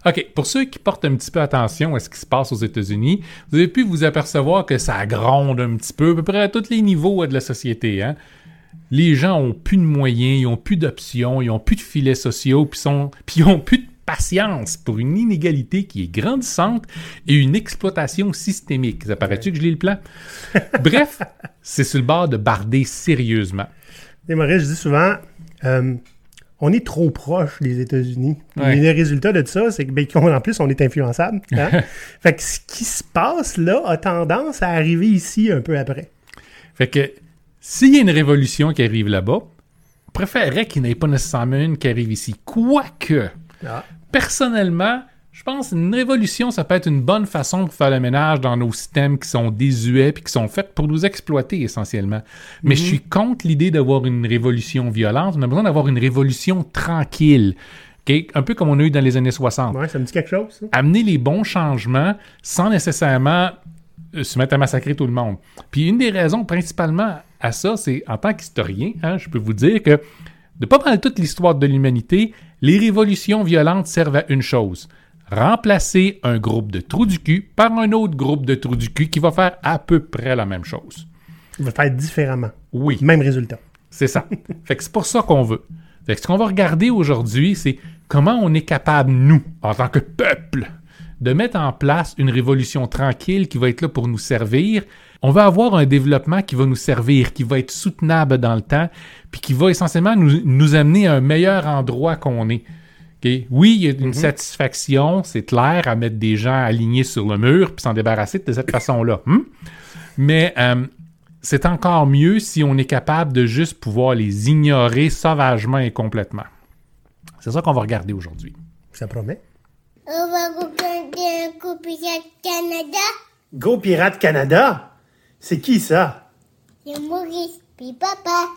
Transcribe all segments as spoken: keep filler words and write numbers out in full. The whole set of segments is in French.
OK, pour ceux qui portent un petit peu attention à ce qui se passe aux États-Unis, vous avez pu vous apercevoir que ça gronde un petit peu, à peu près à tous les niveaux de la société. Hein? Les gens ont plus de moyens, ils ont plus d'options, ils ont plus de filets sociaux, puis sont, puis ils ont plus de patience pour une inégalité qui est grandissante et une exploitation systémique. Ça paraît-tu que je lis le plan? Bref, c'est sur le bord de barder sérieusement. Et Maurice, je dis souvent, euh, on est trop proche des États-Unis. Ouais. Et le résultat de ça, c'est que, ben, en plus, on est influençable. Hein? Fait que ce qui se passe là a tendance à arriver ici un peu après. Fait que, s'il y a une révolution qui arrive là-bas, on préférerait qu'il n'y ait pas nécessairement une qui arrive ici. Quoique, Ah. personnellement, je pense qu'une révolution, ça peut être une bonne façon pour faire le ménage dans nos systèmes qui sont désuets et qui sont faits pour nous exploiter essentiellement. Mais mm-hmm. je suis contre l'idée d'avoir une révolution violente. On a besoin d'avoir une révolution tranquille. Okay? Un peu comme on a eu dans les années soixante. Ouais, ça me dit quelque chose, ça. Amener les bons changements sans nécessairement euh, se mettre à massacrer tout le monde. Puis une des raisons principalement à ça, c'est en tant qu'historien, hein, je peux vous dire que de pas mal toute l'histoire de l'humanité, les révolutions violentes servent à une chose. Remplacer un groupe de trous du cul par un autre groupe de trous du cul qui va faire à peu près la même chose. Il va faire différemment. Oui. Même résultat. C'est ça. Fait que c'est pour ça qu'on veut. Fait que ce qu'on va regarder aujourd'hui, c'est comment on est capable, nous, en tant que peuple, de mettre en place une révolution tranquille qui va être là pour nous servir. On va avoir un développement qui va nous servir, qui va être soutenable dans le temps, puis qui va essentiellement nous, nous amener à un meilleur endroit qu'on est. Okay? Oui, il y a une mm-hmm. satisfaction, c'est clair, à mettre des gens alignés sur le mur puis s'en débarrasser de cette façon-là. Hmm? Mais euh, c'est encore mieux si on est capable de juste pouvoir les ignorer sauvagement et complètement. C'est ça qu'on va regarder aujourd'hui. Ça promet. On va regarder un Go Pirate Canada. Go Pirate Canada? C'est qui ça? C'est Maurice puis papa.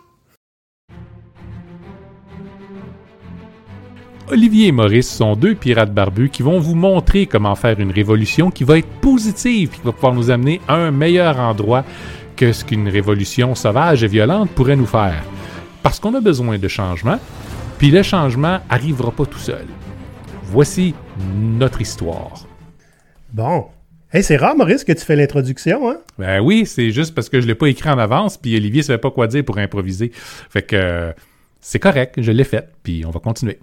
Olivier et Maurice sont deux pirates barbus qui vont vous montrer comment faire une révolution qui va être positive et qui va pouvoir nous amener à un meilleur endroit que ce qu'une révolution sauvage et violente pourrait nous faire. Parce qu'on a besoin de changement, puis le changement n'arrivera pas tout seul. Voici notre histoire. Bon. Hey, c'est rare, Maurice, que tu fais l'introduction, hein? Ben oui, c'est juste parce que je ne l'ai pas écrit en avance, puis Olivier ne savait pas quoi dire pour improviser. Fait que euh, c'est correct, je l'ai fait, puis on va continuer.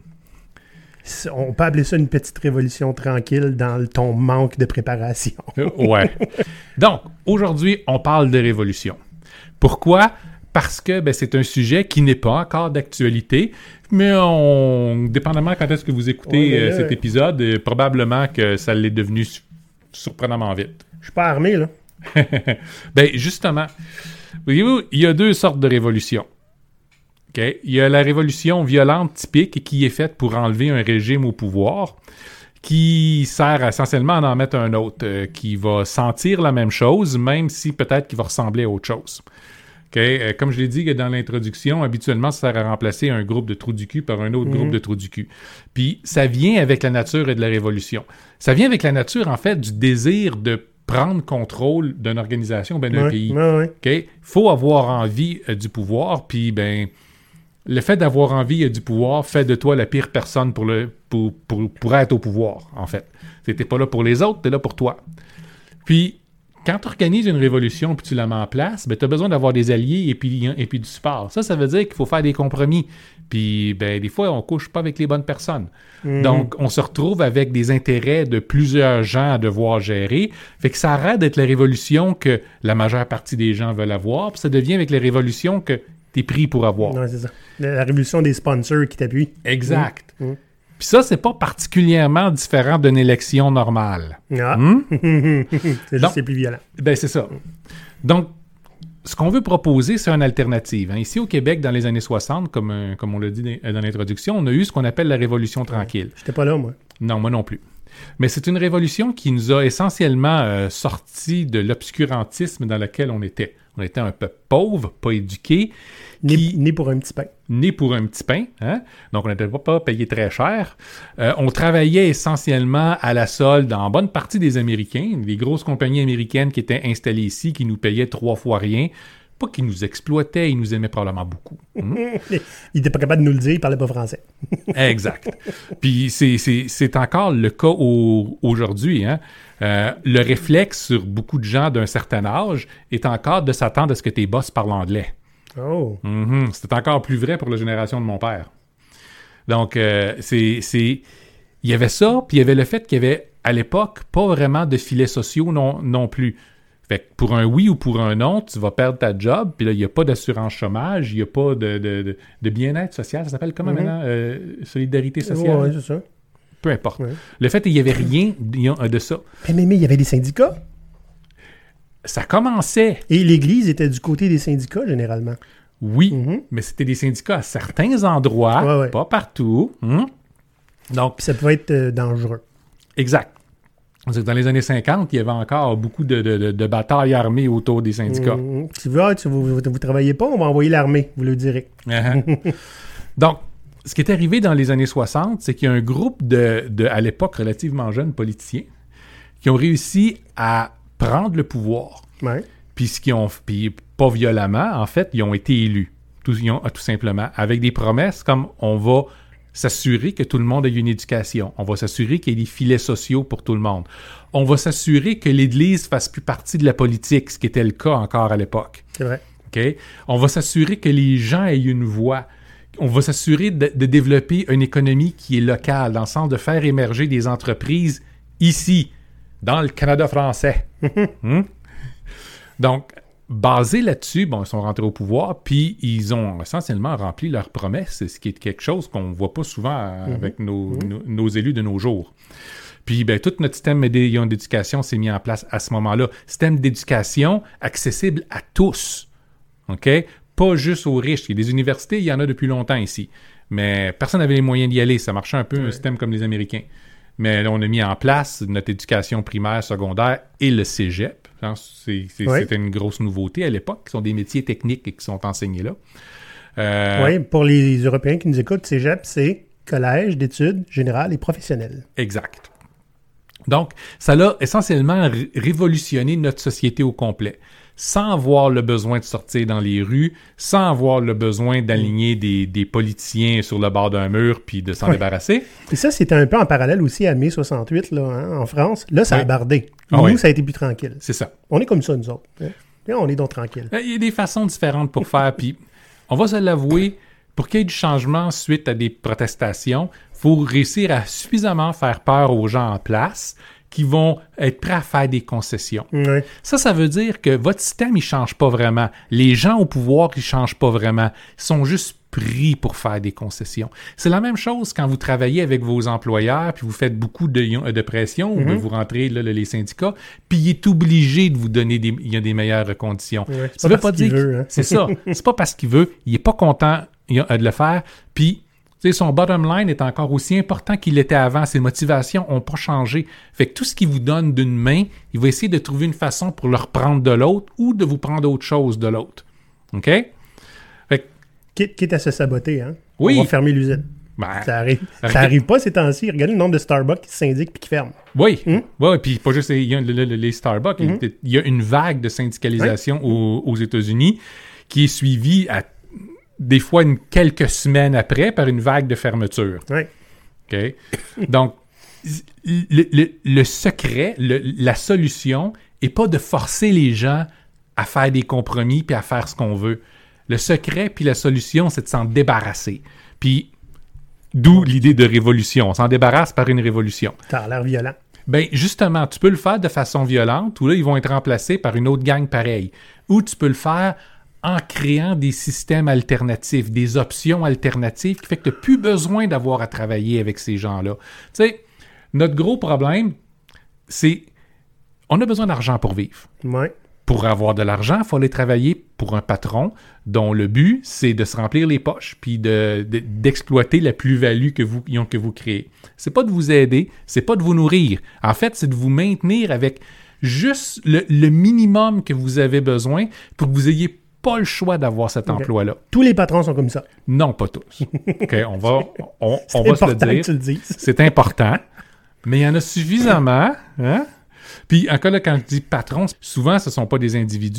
On peut appeler ça une petite révolution tranquille dans ton manque de préparation. Ouais. Donc, aujourd'hui, on parle de révolution. Pourquoi? Parce que ben, c'est un sujet qui n'est pas encore d'actualité, mais on, dépendamment quand est-ce que vous écoutez ouais, euh, là, cet ouais. épisode, euh, probablement que ça l'est devenu su- surprenamment vite. Je suis pas armé, là. Ben, justement, voyez-vous, il y a deux sortes de révolutions. Okay? Il y a la révolution violente typique qui est faite pour enlever un régime au pouvoir, qui sert essentiellement à en mettre un autre, euh, qui va sentir la même chose, même si peut-être qu'il va ressembler à autre chose. Okay? Euh, comme je l'ai dit dans l'introduction, habituellement, ça sert à remplacer un groupe de trous du cul par un autre mm-hmm. groupe de trous du cul. Puis ça vient avec la nature et de la révolution. Ça vient avec la nature, en fait, du désir de prendre contrôle d'une organisation, ben, d'un ouais, pays. Ouais, ouais. Okay? Faut avoir envie euh, du pouvoir, puis ben... Le fait d'avoir envie du pouvoir fait de toi la pire personne pour, le, pour, pour, pour être au pouvoir, en fait. T'es pas là pour les autres, t'es là pour toi. Puis, quand tu organises une révolution puis tu la mets en place, ben, tu as besoin d'avoir des alliés et puis, et puis du support. Ça, ça veut dire qu'il faut faire des compromis. Puis, ben, des fois, on couche pas avec les bonnes personnes. Mmh. Donc, on se retrouve avec des intérêts de plusieurs gens à devoir gérer. Fait que ça arrête d'être la révolution que la majeure partie des gens veulent avoir, puis ça devient avec les révolutions que t'es pris pour avoir. Non, c'est ça. La révolution des sponsors qui t'appuient. Exact. Mmh. Mmh. Puis ça, c'est pas particulièrement différent d'une élection normale. Ah. Mmh? c'est juste Donc, c'est plus violent. Ben, c'est ça. Donc, ce qu'on veut proposer, c'est une alternative. Hein. Ici, au Québec, dans les années soixante, comme, euh, comme on l'a dit dans l'introduction, on a eu ce qu'on appelle la Révolution tranquille. J'étais pas là, moi. Non, moi non plus. Mais c'est une révolution qui nous a essentiellement euh, sortis de l'obscurantisme dans lequel on était. On était un peuple pauvre, pas éduqué. Né, qui, né pour un petit pain. Né pour un petit pain. Hein? Donc, on n'était pas, pas payé très cher. Euh, on travaillait essentiellement à la solde en bonne partie des Américains, des grosses compagnies américaines qui étaient installées ici, qui nous payaient trois fois rien. Pas qu'ils nous exploitaient, ils nous aimaient probablement beaucoup. Hum? Il n'était pas capable de nous le dire, il parlait pas français. Exact. Puis c'est, c'est, c'est encore le cas au, aujourd'hui. Hein? Euh, le réflexe sur beaucoup de gens d'un certain âge est encore de s'attendre à ce que tes boss parlent anglais. Oh. Mm-hmm. C'est encore plus vrai pour la génération de mon père. Donc, euh, c'est, c'est... il y avait ça, puis il y avait le fait qu'il y avait, à l'époque, pas vraiment de filets sociaux non, non plus. Fait que pour un oui ou pour un non, tu vas perdre ta job, puis là, il n'y a pas d'assurance chômage, il n'y a pas de, de, de, de bien-être social, ça s'appelle comment mm-hmm. maintenant? Euh, solidarité sociale? Oui, c'est ça. Peu importe. Ouais. Le fait qu'il n'y avait rien de ça. Mais, mais, mais il y avait des syndicats. Ça commençait. Et l'Église était du côté des syndicats, généralement. Oui, mm-hmm. mais c'était des syndicats à certains endroits, ouais, ouais. pas partout. Hum? Donc, puis ça pouvait être euh, dangereux. Exact. Dans les années cinquante, il y avait encore beaucoup de, de, de batailles armées autour des syndicats. Mmh. Tu veux, ah, tu, vous ne travaillez pas, on va envoyer l'armée, vous le direz. Uh-huh. Donc, ce qui est arrivé dans les années soixante, c'est qu'il y a un groupe de, de à l'époque, relativement jeunes politiciens qui ont réussi à prendre le pouvoir. Ouais. Puis, ce qu'ils ont, puis pas violemment, en fait, ils ont été élus, tout, ils ont, tout simplement, avec des promesses comme on va s'assurer que tout le monde ait une éducation. On va s'assurer qu'il y ait des filets sociaux pour tout le monde. On va s'assurer que l'Église fasse plus partie de la politique, ce qui était le cas encore à l'époque. C'est vrai. Okay? On va s'assurer que les gens aient une voix. On va s'assurer de, de développer une économie qui est locale, dans le sens de faire émerger des entreprises ici, dans le Canada français. hmm? Donc, basé là-dessus, bon, ils sont rentrés au pouvoir, puis ils ont essentiellement rempli leurs promesses, ce qui est quelque chose qu'on ne voit pas souvent mm-hmm. avec nos, mm-hmm. nos, nos élus de nos jours. Puis, ben, tout notre système d'éducation s'est mis en place à ce moment-là. Système d'éducation accessible à tous, OK? Pas juste aux riches. Il y a des universités, il y en a depuis longtemps ici. Mais personne n'avait les moyens d'y aller. Ça marchait un peu ouais. un système comme les Américains. Mais là, on a mis en place notre éducation primaire, secondaire et le cégep. C'est, c'est, oui. C'était une grosse nouveauté à l'époque, qui sont des métiers techniques et qui sont enseignés là. Euh, oui, pour les Européens qui nous écoutent, cégep, c'est collège d'études générales et professionnelles. Exact. Donc, ça a essentiellement ré- révolutionné notre société au complet, sans avoir le besoin de sortir dans les rues, sans avoir le besoin d'aligner des, des politiciens sur le bord d'un mur puis de s'en oui. débarrasser. Et ça, c'était un peu en parallèle aussi à mai soixante-huit, là, hein, en France. Là, ça oui. a bardé. Ah, nous, oui. ça a été plus tranquille. C'est ça. On est comme ça, nous autres. Hein? Là, on est donc tranquille. Il y a des façons différentes pour faire, puis on va se l'avouer, pour qu'il y ait du changement suite à des protestations, il faut réussir à suffisamment faire peur aux gens en place qui vont être prêts à faire des concessions. Oui. Ça, ça veut dire que votre système, il ne change pas vraiment. Les gens au pouvoir, ils ne changent pas vraiment. Ils sont juste pris pour faire des concessions. C'est la même chose quand vous travaillez avec vos employeurs, puis vous faites beaucoup de, de pression, mm-hmm. ou de vous rentrer là, les syndicats, puis il est obligé de vous donner des, il y a des meilleures conditions. Oui, ça veut pas dire qu'il veut, hein? C'est ça. C'est pas parce qu'il veut. Il n'est pas content de le faire, puis son bottom line est encore aussi important qu'il l'était avant. Ses motivations n'ont pas changé. Fait que tout ce qu'il vous donne d'une main, il va essayer de trouver une façon pour le reprendre de l'autre ou de vous prendre autre chose de l'autre. OK? Fait que, quitte, quitte à se saboter, hein? Oui. On va fermer l'usine. Ben, ça arrive. Ça regarde... arrive pas ces temps-ci. Regardez le nombre de Starbucks qui syndiquent puis qui ferment. Oui. Hum? Oui, puis pas juste les, les, les Starbucks. Hum? Il y a une vague de syndicalisation oui. aux, aux États-Unis qui est suivie à des fois une, quelques semaines après par une vague de fermeture. Oui. OK? Donc, le, le, le secret, le, la solution n'est pas de forcer les gens à faire des compromis puis à faire ce qu'on veut. Le secret puis la solution, c'est de s'en débarrasser. Puis, d'où l'idée de révolution. On s'en débarrasse par une révolution. Ça a l'air violent. Bien, justement, tu peux le faire de façon violente ou là, ils vont être remplacés par une autre gang pareille. Ou tu peux le faire en créant des systèmes alternatifs, des options alternatives qui fait que tu n'as plus besoin d'avoir à travailler avec ces gens-là. Tu sais, notre gros problème, c'est on a besoin d'argent pour vivre. Oui. Pour avoir de l'argent, il faut aller travailler pour un patron dont le but, c'est de se remplir les poches puis de, de, d'exploiter la plus-value que vous, que vous créez. C'est pas de vous aider, c'est pas de vous nourrir. En fait, c'est de vous maintenir avec juste le, le minimum que vous avez besoin pour que vous ayez pas le choix d'avoir cet okay. emploi-là. Tous les patrons sont comme ça. Non, pas tous. OK, on va, on, on va se le dire. Que tu le dises. C'est important, mais il y en a suffisamment. Hein? Puis, encore là, quand je dis patron, souvent, ce ne sont pas des individus,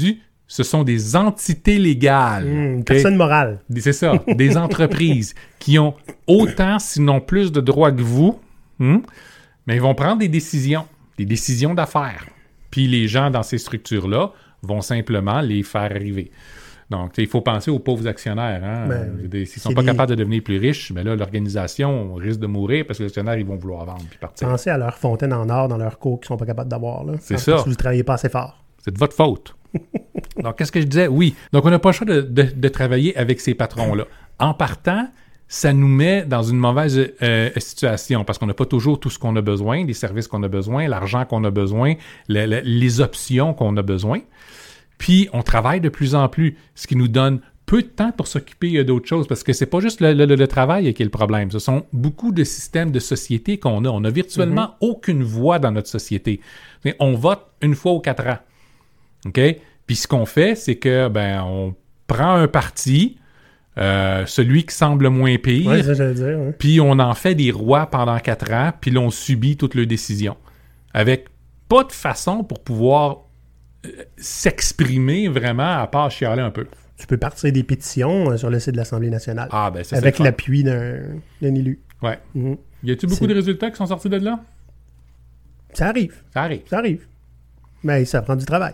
ce sont des entités légales. Mmh, okay? Personne morale. C'est ça, des entreprises qui ont autant, sinon plus de droits que vous, hmm, mais ils vont prendre des décisions, des décisions d'affaires. Puis les gens dans ces structures-là vont simplement les faire arriver. Donc, il faut penser aux pauvres actionnaires. Hein? Ben, S'ils ne sont pas des... capables de devenir plus riches, ben là, l'organisation risque de mourir parce que les actionnaires, ils vont vouloir vendre puis partir. Pensez à leur fontaine en or dans leur cours qu'ils ne sont pas capables d'avoir. Là, c'est parce ça. Parce que vous ne travaillez pas assez fort. C'est de votre faute. Donc, qu'est-ce que je disais? Oui. Donc, on n'a pas le choix de, de, de travailler avec ces patrons-là. En partant, ça nous met dans une mauvaise euh, situation parce qu'on n'a pas toujours tout ce qu'on a besoin, les services qu'on a besoin, l'argent qu'on a besoin, le, le, les options qu'on a besoin. Puis, on travaille de plus en plus, ce qui nous donne peu de temps pour s'occuper d'autres choses parce que c'est pas juste le, le, le travail qui est le problème. Ce sont beaucoup de systèmes de société qu'on a. On n'a virtuellement mm-hmm. aucune voix dans notre société. On vote une fois aux quatre ans. OK? Puis ce qu'on fait, c'est que ben on prend un parti, euh, celui qui semble le moins pire, ouais, ça, j'allais dire, ouais. Puis on en fait des rois pendant quatre ans, puis là, on subit toutes leurs décisions. Avec pas de façon pour pouvoir euh, s'exprimer vraiment, à part chialer un peu. Tu peux partir des pétitions euh, sur le site de l'Assemblée nationale. Ah, ben ça, avec l'appui d'un, d'un élu. Ouais. Mm-hmm. Y a-t-il beaucoup c'est... de résultats qui sont sortis de là? Ça arrive. Ça arrive. Ça arrive. Mais ça prend du travail.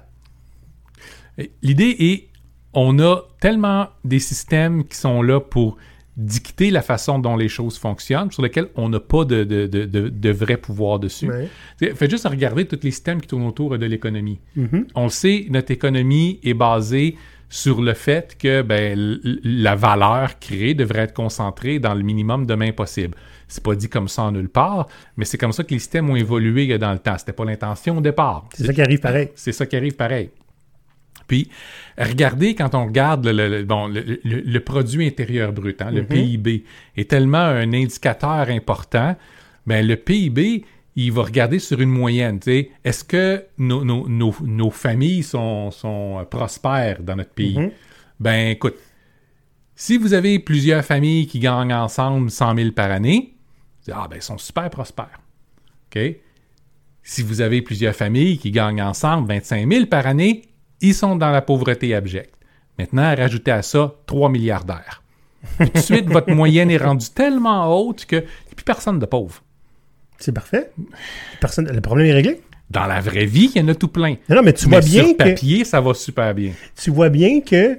L'idée est, on a tellement des systèmes qui sont là pour dicter la façon dont les choses fonctionnent, sur lesquels on n'a pas de, de, de, de, de vrai pouvoir dessus. Ouais. Faites juste regarder tous les systèmes qui tournent autour de l'économie. Mm-hmm. On le sait, notre économie est basée sur le fait que ben, la valeur créée devrait être concentrée dans le minimum de main possible. C'est pas dit comme ça en nulle part, mais c'est comme ça que les systèmes ont évolué dans le temps. C'était pas l'intention au départ. C'est ça qui arrive pareil. C'est ça qui arrive pareil. Puis, regardez, quand on regarde le, le, bon, le, le, le produit intérieur brut, hein, le mm-hmm. P I B, est tellement un indicateur important, bien, le P I B, il va regarder sur une moyenne. T'sais. Est-ce que nos, nos, nos, nos familles sont, sont prospères dans notre pays? Mm-hmm. Ben, écoute, si vous avez plusieurs familles qui gagnent ensemble cent mille par année, ah, ben, ils sont super prospères. OK? Si vous avez plusieurs familles qui gagnent ensemble vingt-cinq mille par année, ils sont dans la pauvreté abjecte. Maintenant, rajoutez à ça trois milliardaires. Puis tout de suite, votre moyenne est rendue tellement haute que plus personne de pauvre. C'est parfait. Personne... Le problème est réglé. Dans la vraie vie, il y en a tout plein. Non, non mais tu mais vois bien sur que... papier, ça va super bien. Tu vois bien que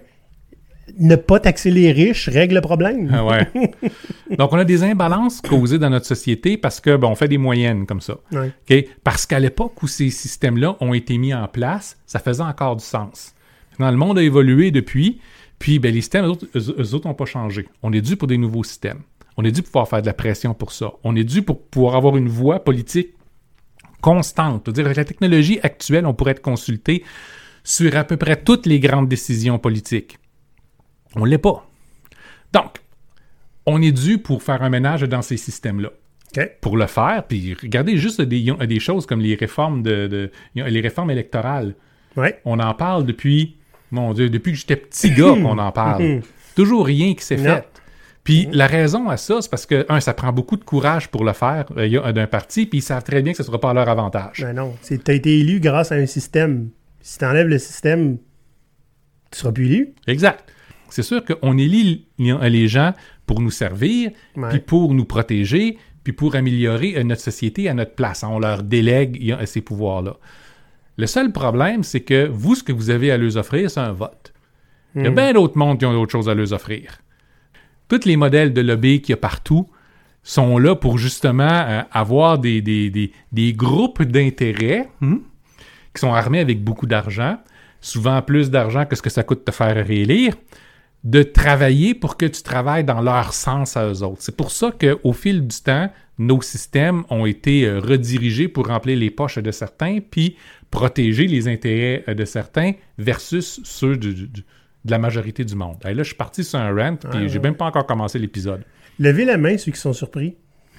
ne pas taxer les riches règle le problème. Ah ouais. Donc, on a des imbalances causées dans notre société parce que bon, on fait des moyennes comme ça. Ouais. Okay? Parce qu'à l'époque où ces systèmes-là ont été mis en place, ça faisait encore du sens. Maintenant, le monde a évolué depuis, puis ben, les systèmes, eux autres, eux, eux autres n'ont pas changé. On est dû pour des nouveaux systèmes. On est dû pour pouvoir faire de la pression pour ça. On est dû pour pouvoir avoir une voie politique constante. C'est-à-dire, avec la technologie actuelle, on pourrait être consulté sur à peu près toutes les grandes décisions politiques. On ne l'est pas. Donc, on est dû pour faire un ménage dans ces systèmes-là. Okay. Pour le faire, puis regardez juste des, des choses comme les réformes de, de les réformes électorales. Ouais. On en parle depuis, mon Dieu, depuis que j'étais petit gars qu'on en parle. Toujours rien qui s'est non. fait. Puis la raison à ça, c'est parce que, un, ça prend beaucoup de courage pour le faire euh, d'un parti, puis ils savent très bien que ce ne sera pas à leur avantage. Ben non, tu as été élu grâce à un système. Si tu enlèves le système, tu ne seras plus élu. Exact. C'est sûr qu'on élit les gens pour nous servir, ouais. puis pour nous protéger, puis pour améliorer notre société à notre place. On leur délègue ces pouvoirs-là. Le seul problème, c'est que vous, ce que vous avez à leur offrir, c'est un vote. Mm. Il y a bien d'autres mondes qui ont d'autres choses à leur offrir. Tous les modèles de lobby qu'il y a partout sont là pour justement euh, avoir des, des, des, des groupes d'intérêt hmm, qui sont armés avec beaucoup d'argent, souvent plus d'argent que ce que ça coûte de te faire réélire, de travailler pour que tu travailles dans leur sens à eux autres. C'est pour ça qu'au fil du temps, nos systèmes ont été euh, redirigés pour remplir les poches de certains, puis protéger les intérêts euh, de certains versus ceux du, du, de la majorité du monde. Et là, je suis parti sur un rant, puis ah, j'ai ouais. même pas encore commencé l'épisode. Levez la main, ceux qui sont surpris.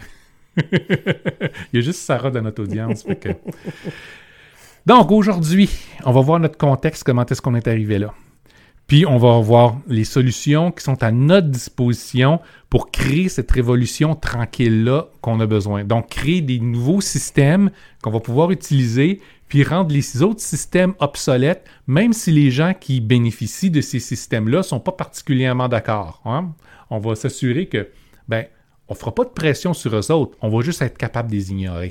Il y a juste Sarah dans notre audience. Fait que... Donc, aujourd'hui, on va voir notre contexte, comment est-ce qu'on est arrivé là. Puis, on va voir les solutions qui sont à notre disposition pour créer cette révolution tranquille-là qu'on a besoin. Donc, créer des nouveaux systèmes qu'on va pouvoir utiliser, puis rendre les autres systèmes obsolètes, même si les gens qui bénéficient de ces systèmes-là ne sont pas particulièrement d'accord. Hein? On va s'assurer que, ben, on ne fera pas de pression sur eux autres, on va juste être capable de les ignorer.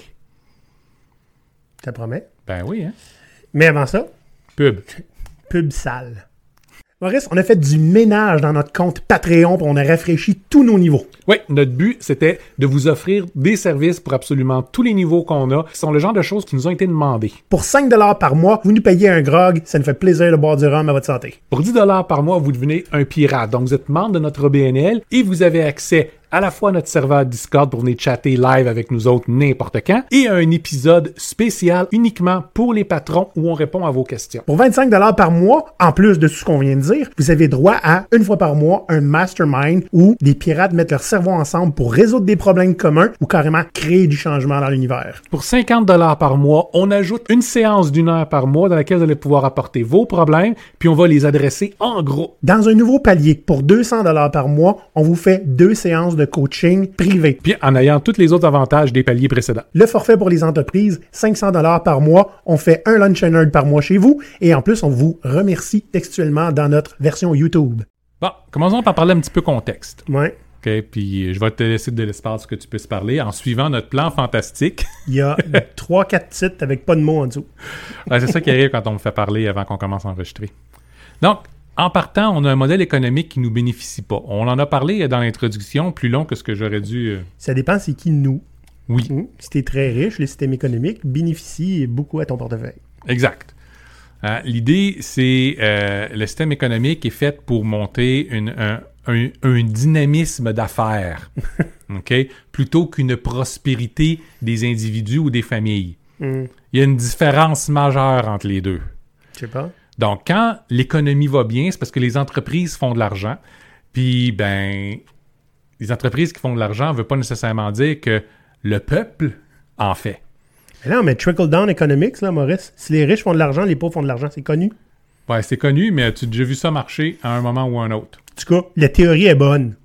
Ça promet? Ben oui, hein? Mais avant ça, Pub. pub sale. Maurice, on a fait du ménage dans notre compte Patreon puis on a rafraîchi tous nos niveaux. Oui, notre but, c'était de vous offrir des services pour absolument tous les niveaux qu'on a, qui sont le genre de choses qui nous ont été demandées. Pour cinq dollars par mois, vous nous payez un grog, ça nous fait plaisir de boire du rhum à votre santé. Pour dix dollars par mois, vous devenez un pirate. Donc, vous êtes membre de notre O B N L et vous avez accès à la fois à notre serveur Discord pour venir chatter live avec nous autres n'importe quand et à un épisode spécial uniquement pour les patrons où on répond à vos questions. Pour vingt-cinq dollars par mois, en plus de tout ce qu'on vient de dire, vous avez droit à, une fois par mois, un mastermind où des pirates mettent leur cerveau ensemble pour résoudre des problèmes communs ou carrément créer du changement dans l'univers. Pour cinquante dollars par mois, on ajoute une séance d'une heure par mois dans laquelle vous allez pouvoir apporter vos problèmes puis on va les adresser en gros. Dans un nouveau palier, pour deux cents dollars par mois, on vous fait deux séances de coaching privé. Puis en ayant tous les autres avantages des paliers précédents. Le forfait pour les entreprises, cinq cents dollars par mois. On fait un lunch and learn par mois chez vous et en plus, on vous remercie textuellement dans notre version YouTube. Bon, commençons par parler un petit peu contexte. Ouais. OK, puis je vais te laisser de l'espace que tu puisses parler en suivant notre plan fantastique. Il y a trois quatre titres avec pas de mots en dessous. Ouais, c'est ça qui arrive quand on me fait parler avant qu'on commence à enregistrer. Donc, en partant, on a un modèle économique qui ne nous bénéficie pas. On en a parlé dans l'introduction, plus long que ce que j'aurais dû... Euh... Ça dépend c'est qui nous. Oui. Mmh. Si tu es très riche, le système économique bénéficie beaucoup à ton portefeuille. Exact. Euh, l'idée, c'est euh, le système économique est fait pour monter une, un, un, un dynamisme d'affaires, OK? Plutôt qu'une prospérité des individus ou des familles. Mmh. Il y a une différence majeure entre les deux. Je sais pas. Donc, quand l'économie va bien, c'est parce que les entreprises font de l'argent. Puis, ben, les entreprises qui font de l'argent ne veut pas nécessairement dire que le peuple en fait. Mais non, mais trickle-down economics, là, Maurice. Si les riches font de l'argent, les pauvres font de l'argent. C'est connu. Ouais, c'est connu, mais as-tu déjà vu ça marcher à un moment ou à un autre? En tout cas, la théorie est bonne.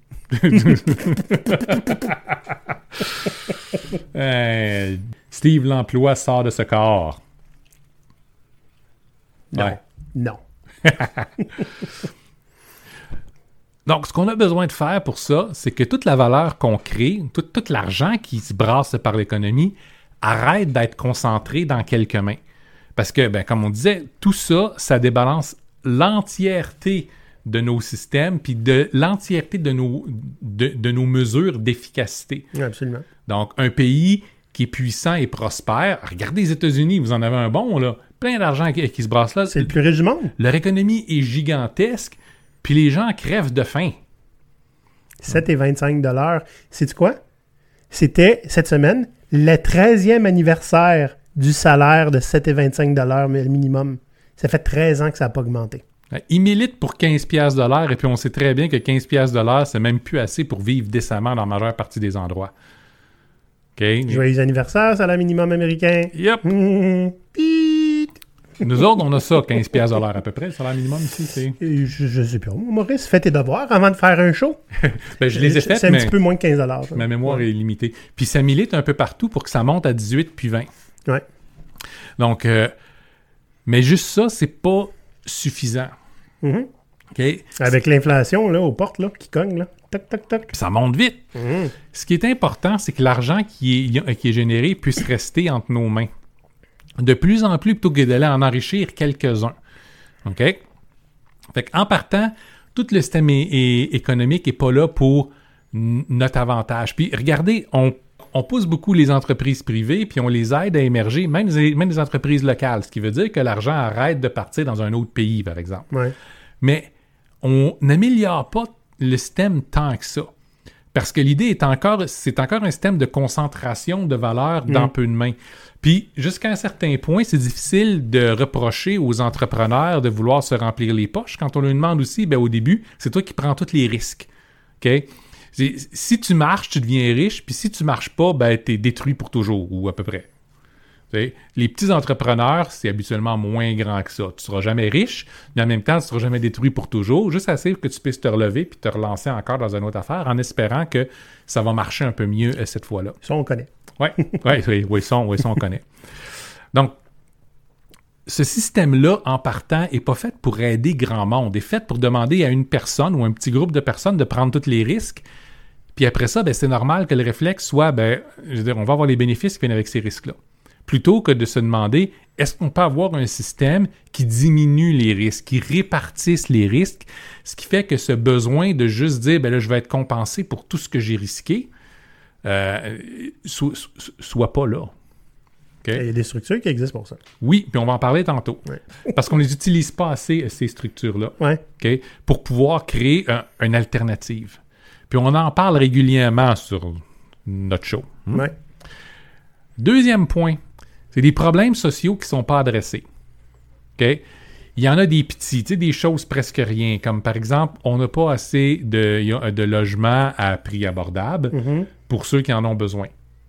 euh, Steve l'emploi sort de ce corps. Non. Ouais. Non. Donc, ce qu'on a besoin de faire pour ça, c'est que toute la valeur qu'on crée, tout, tout l'argent qui se brasse par l'économie, arrête d'être concentré dans quelques mains. Parce que, ben, comme on disait, tout ça, ça débalance l'entièreté de nos systèmes puis de l'entièreté de nos, de, de nos mesures d'efficacité. Oui, absolument. Donc, un pays qui est puissant et prospère, regardez les États-Unis, vous en avez un bon, là, plein d'argent qui, qui se brasse là. C'est le plus riche du monde. Leur économie est gigantesque, puis les gens crèvent de faim. sept et vingt-cinq dollars. Sais-tu quoi? C'était, cette semaine, le treizième anniversaire du salaire de sept et vingt-cinq dollars minimum. Ça fait treize ans que ça n'a pas augmenté. Ils militent pour quinze piastres de l'heure, et puis on sait très bien que quinze piastres de l'heure, c'est même plus assez pour vivre décemment dans la majeure partie des endroits. OK? Joyeux anniversaire, salaire minimum américain. Yep. Mmh. Nous autres, on a ça, quinze piastres de l'heure à peu près, le salaire minimum ici, c'est... Je, je sais pas. Maurice, fais tes devoirs avant de faire un show. Ben, je les ai faits, C'est un mais petit peu moins de quinze dollars. ma mémoire ouais. est limitée. Puis ça milite un peu partout pour que ça monte à dix-huit puis vingt. Ouais. Donc, euh, mais juste ça, c'est pas suffisant. Mm-hmm. Okay? Avec l'inflation, là, aux portes, là, qui cogne, là. Toc, toc, toc. Puis ça monte vite. Mm-hmm. Ce qui est important, c'est que l'argent qui est, qui est généré puisse rester entre nos mains. De plus en plus, plutôt que d'aller en enrichir quelques-uns. OK? Fait qu'en partant, tout le système é- é- économique n'est pas là pour n- notre avantage. Puis regardez, on, on pousse beaucoup les entreprises privées, puis on les aide à émerger, même les, même les entreprises locales, ce qui veut dire que l'argent arrête de partir dans un autre pays, par exemple. Ouais. Mais on n'améliore pas le système tant que ça. Parce que l'idée est encore, c'est encore un système de concentration de valeur dans mmh. peu de mains. Puis, jusqu'à un certain point, c'est difficile de reprocher aux entrepreneurs de vouloir se remplir les poches. Quand on leur demande aussi, ben, au début, c'est toi qui prends tous les risques. OK? C'est, si tu marches, tu deviens riche, puis si tu marches pas, ben, t'es détruit pour toujours, ou à peu près. T'sais, les petits entrepreneurs, c'est habituellement moins grand que ça. Tu ne seras jamais riche, mais en même temps, tu ne seras jamais détruit pour toujours, juste assez que tu puisses te relever puis te relancer encore dans une autre affaire en espérant que ça va marcher un peu mieux euh, cette fois-là. Ça, on connaît. Oui, ouais, oui, oui, ça, oui, ça, on connaît. Donc, ce système-là, en partant, n'est pas fait pour aider grand monde. Il est fait pour demander à une personne ou un petit groupe de personnes de prendre tous les risques. Puis après ça, ben, c'est normal que le réflexe soit, ben, je veux dire, on va avoir les bénéfices qui viennent avec ces risques-là. Plutôt que de se demander, est-ce qu'on peut avoir un système qui diminue les risques, qui répartisse les risques, ce qui fait que ce besoin de juste dire, ben là, je vais être compensé pour tout ce que j'ai risqué, euh, so, so, soit pas là. Okay? Il y a des structures qui existent pour ça. Oui, puis on va en parler tantôt. Ouais. Parce qu'on ne les utilise pas assez, ces structures-là, ouais. okay? Pour pouvoir créer un, une alternative. Puis on en parle régulièrement sur notre show. Hmm? Ouais. Deuxième point, c'est des problèmes sociaux qui ne sont pas adressés. Okay? Il y en a des petits, tu sais, des choses presque rien, comme par exemple, on n'a pas assez de, de logements à prix abordable Mm-hmm. pour ceux qui en ont besoin.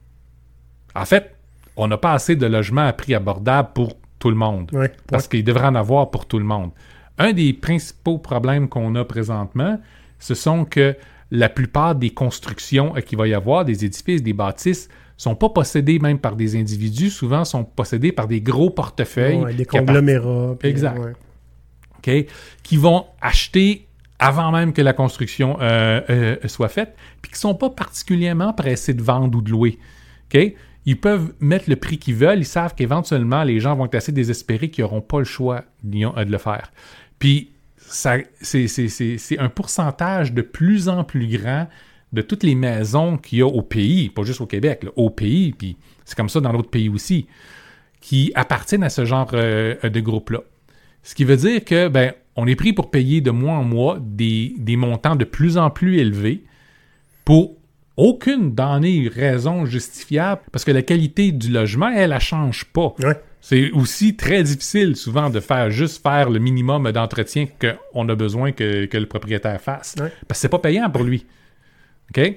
En fait, on n'a pas assez de logements à prix abordable pour tout le monde, Ouais. parce qu'il devrait en avoir pour tout le monde. Un des principaux problèmes qu'on a présentement, ce sont que la plupart des constructions qu'il va y avoir, des édifices, des bâtisses, sont pas possédés même par des individus, souvent sont possédés par des gros portefeuilles. Ouais, des conglomérats. Puis, exact. Ouais. Okay? Qui vont acheter avant même que la construction euh, euh, soit faite, puis qui ne sont pas particulièrement pressés de vendre ou de louer. Okay? Ils peuvent mettre le prix qu'ils veulent, ils savent qu'éventuellement, les gens vont être assez désespérés qu'ils n'auront pas le choix de le faire. Puis, ça, c'est, c'est, c'est, c'est un pourcentage de plus en plus grand de toutes les maisons qu'il y a au pays, pas juste au Québec, là, au pays, puis c'est comme ça dans d'autres pays aussi, qui appartiennent à ce genre euh, de groupe-là. Ce qui veut dire que, ben, on est pris pour payer de mois en mois des, des montants de plus en plus élevés pour aucune donnée raison justifiable, parce que la qualité du logement, elle, elle change pas. Ouais. C'est aussi très difficile souvent de faire juste faire le minimum d'entretien qu'on a besoin que, que le propriétaire fasse. Ouais. Parce que c'est pas payant pour lui. OK?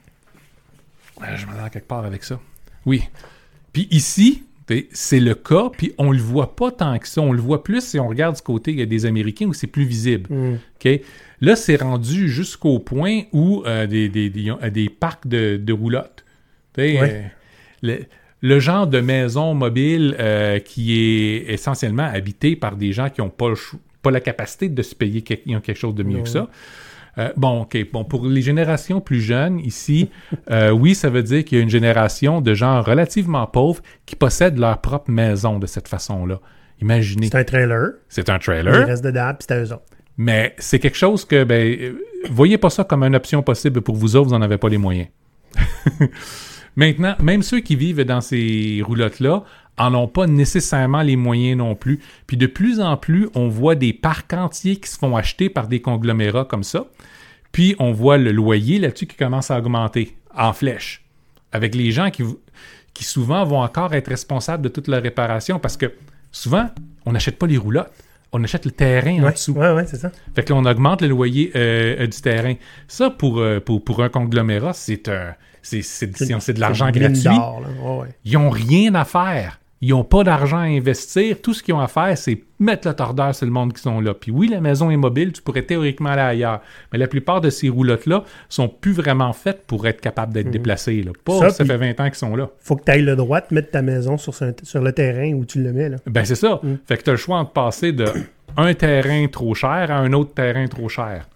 Je m'en vais quelque part avec ça. Oui. Puis ici, c'est le cas, puis on le voit pas tant que ça. On le voit plus si on regarde du côté des Américains où c'est plus visible. Mm. OK? Là, c'est rendu jusqu'au point où euh, des, des, des, des parcs de, de roulottes. Ouais. Euh, le, le genre de maison mobile euh, qui est essentiellement habité par des gens qui n'ont pas, pas la capacité de se payer quelque, quelque chose de mieux ouais. que ça. Euh, bon, OK. Bon, pour les générations plus jeunes, ici, euh, oui, ça veut dire qu'il y a une génération de gens relativement pauvres qui possèdent leur propre maison de cette façon-là. Imaginez. C'est un trailer. C'est un trailer. Il reste dedans, puis c'est eux autres. Mais c'est quelque chose que, ben, euh, voyez pas ça comme une option possible pour vous autres, vous n'en avez pas les moyens. Maintenant, même ceux qui vivent dans ces roulottes-là en ont pas nécessairement les moyens non plus. Puis de plus en plus, on voit des parcs entiers qui se font acheter par des conglomérats comme ça. Puis on voit le loyer là-dessus qui commence à augmenter en flèche. Avec les gens qui, qui souvent vont encore être responsables de toute leur réparation parce que souvent, on n'achète pas les roulottes. On achète le terrain ouais, en dessous. Oui, oui, c'est ça. Fait que là, on augmente le loyer euh, du terrain. Ça, pour, euh, pour, pour un conglomérat, c'est, un, c'est, c'est, c'est, c'est de l'argent c'est gratuit. D'or, là. Ouais, ouais. Ils n'ont rien à faire. Ils n'ont pas d'argent à investir. Tout ce qu'ils ont à faire, c'est mettre le tordeur sur le monde qui sont là. Puis oui, la maison est mobile, tu pourrais théoriquement aller ailleurs. Mais la plupart de ces roulottes-là sont plus vraiment faites pour être capables d'être mmh. déplacées. Là. Pas ça, ça fait vingt ans qu'ils sont là. Faut que tu ailles le droit de mettre ta maison sur, sur le terrain où tu le mets. Là. Ben c'est ça. Mmh. Fait que tu as le choix de passer de un terrain trop cher à un autre terrain trop cher.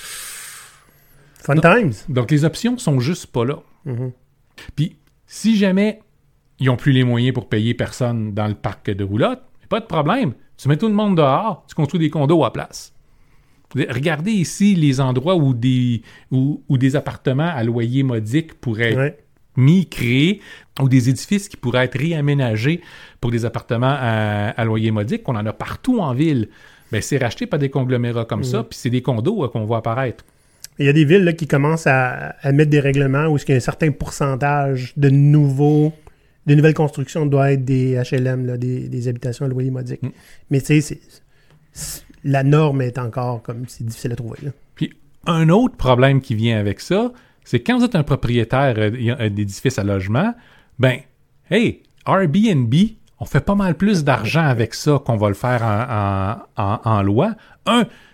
Fun donc, times. Donc les options sont juste pas là. Mmh. Puis si jamais ils n'ont plus les moyens pour payer personne dans le parc de roulotte, pas de problème. Tu mets tout le monde dehors, tu construis des condos à place. Regardez ici les endroits où des, où, où des appartements à loyer modique pourraient être ouais. mis, créés, ou des édifices qui pourraient être réaménagés pour des appartements à, à loyer modique. On en a partout en ville. Ben, c'est racheté par des conglomérats comme mmh. ça, puis c'est des condos euh, qu'on voit apparaître. Il y a des villes là, qui commencent à, à mettre des règlements où il y a un certain pourcentage de nouveaux... de nouvelles constructions doivent être des H L M, là, des, des habitations à loyer modique. Mm. Mais tu sais, c'est, c'est, la norme est encore comme c'est difficile à trouver. Là. Puis un autre problème qui vient avec ça, c'est quand vous êtes un propriétaire euh, d'édifice à logement, ben, hey, Airbnb, on fait pas mal plus d'argent avec ça qu'on va le faire en, en, en, en loi. Un,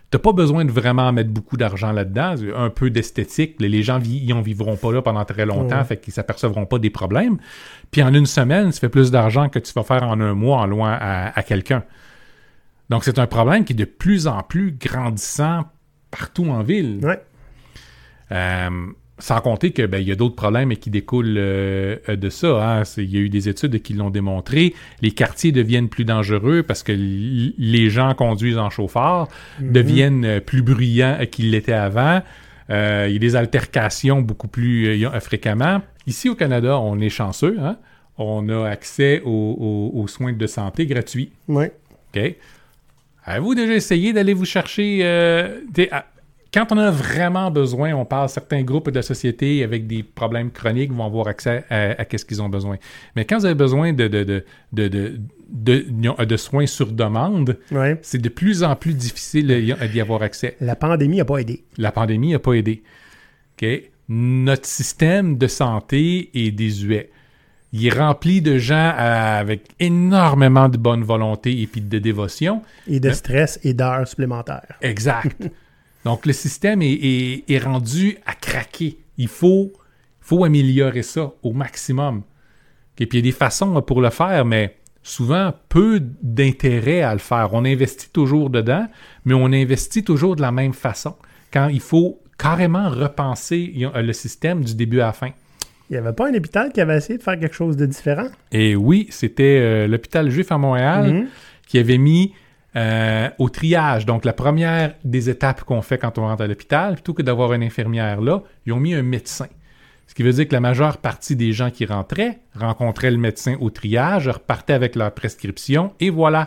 Tu n'as pas besoin de vraiment mettre beaucoup d'argent là-dedans. Un peu d'esthétique. Les gens n'y en vivront pas là pendant très longtemps, ouais. fait qu'ils ne s'apercevront pas des problèmes. Puis en une semaine, ça fait plus d'argent que tu vas faire en un mois en loin à, à quelqu'un. Donc, c'est un problème qui est de plus en plus grandissant partout en ville. Ouais. Euh, sans compter que ben, il y a d'autres problèmes qui découlent euh, de ça. Hein. Il y a eu des études qui l'ont démontré. Les quartiers deviennent plus dangereux parce que l- les gens conduisent en chauffard, mm-hmm. deviennent plus bruyants qu'ils l'étaient avant. Euh, il y a des altercations beaucoup plus euh, fréquemment. Ici au Canada, on est chanceux. Hein? On a accès aux, aux, aux soins de santé gratuits. Oui. OK. Avez-vous déjà essayé d'aller vous chercher... Euh, des, à, quand on a vraiment besoin, on parle certains groupes de la société avec des problèmes chroniques vont avoir accès à, à, à ce qu'ils ont besoin. Mais quand vous avez besoin de, de, de, de, de, de, de, de soins sur demande, ouais. c'est de plus en plus difficile d'y avoir accès. La pandémie n'a pas aidé. La pandémie n'a pas aidé. Okay? Notre système de santé est désuet. Il est rempli de gens avec énormément de bonne volonté et puis de dévotion. Et de stress et d'heures supplémentaires. Exact. Donc, le système est, est, est rendu à craquer. Il faut, faut améliorer ça au maximum. Et puis, il y a des façons pour le faire, mais souvent, peu d'intérêt à le faire. On investit toujours dedans, mais on investit toujours de la même façon. Quand il faut carrément repenser le système du début à la fin. Il n'y avait pas un hôpital qui avait essayé de faire quelque chose de différent? Et oui, c'était euh, l'hôpital juif à Montréal mm-hmm. qui avait mis euh, au triage. Donc, la première des étapes qu'on fait quand on rentre à l'hôpital, plutôt que d'avoir une infirmière là, ils ont mis un médecin. Ce qui veut dire que la majeure partie des gens qui rentraient rencontraient le médecin au triage, repartaient avec leur prescription et voilà.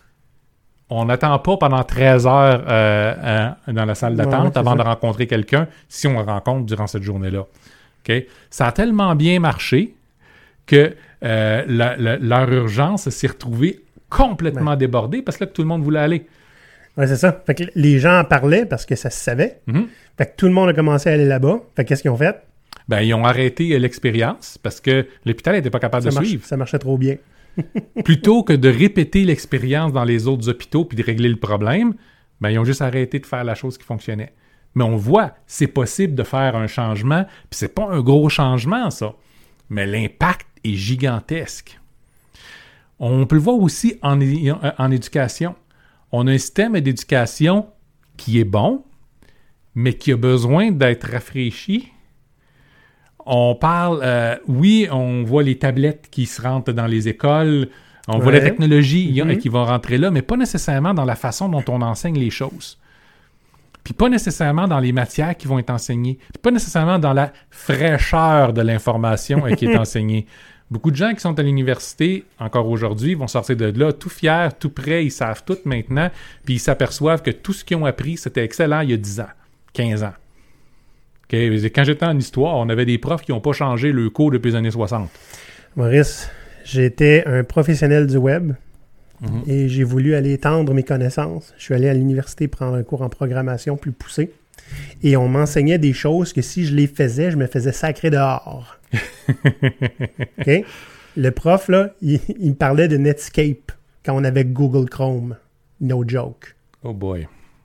On n'attend pas pendant treize heures euh, euh, dans la salle d'attente ouais, avant ça. de rencontrer quelqu'un si on le rencontre durant cette journée-là. Okay? Ça a tellement bien marché que euh, la, la, leur urgence s'est retrouvée complètement ouais. débordée parce que là, que tout le monde voulait aller. Oui, c'est ça. Fait que les gens en parlaient parce que ça se savait. Mm-hmm. Fait que tout le monde a commencé à aller là-bas. Fait que qu'est-ce qu'ils ont fait? Ben, ils ont arrêté l'expérience parce que l'hôpital n'était pas capable ça de marche, suivre. Ça marchait trop bien. Plutôt que de répéter l'expérience dans les autres hôpitaux puis de régler le problème, ben, ils ont juste arrêté de faire la chose qui fonctionnait. Mais on voit, c'est possible de faire un changement, puis c'est pas un gros changement, ça. Mais l'impact est gigantesque. On peut le voir aussi en, en éducation. On a un système d'éducation qui est bon, mais qui a besoin d'être rafraîchi. On parle, euh, oui, on voit les tablettes qui se rentrent dans les écoles, on ouais. voit la technologie mm-hmm. qui va rentrer là, mais pas nécessairement dans la façon dont on enseigne les choses. Puis pas nécessairement dans les matières qui vont être enseignées, puis pas nécessairement dans la fraîcheur de l'information qui est enseignée. Beaucoup de gens qui sont à l'université, encore aujourd'hui, vont sortir de là tout fiers, tout prêts, ils savent tout maintenant, puis ils s'aperçoivent que tout ce qu'ils ont appris, c'était excellent il y a dix ans, quinze ans. Okay? Quand j'étais en histoire, on avait des profs qui n'ont pas changé le cours depuis les années soixante. Maurice, j'étais un professionnel du web. Mm-hmm. Et j'ai voulu aller étendre mes connaissances. Je suis allé à l'université prendre un cours en programmation plus poussé. Et on m'enseignait des choses que si je les faisais, je me faisais sacrer dehors. Okay? Le prof, là, il, il me parlait de Netscape quand on avait Google Chrome. No joke. Oh boy.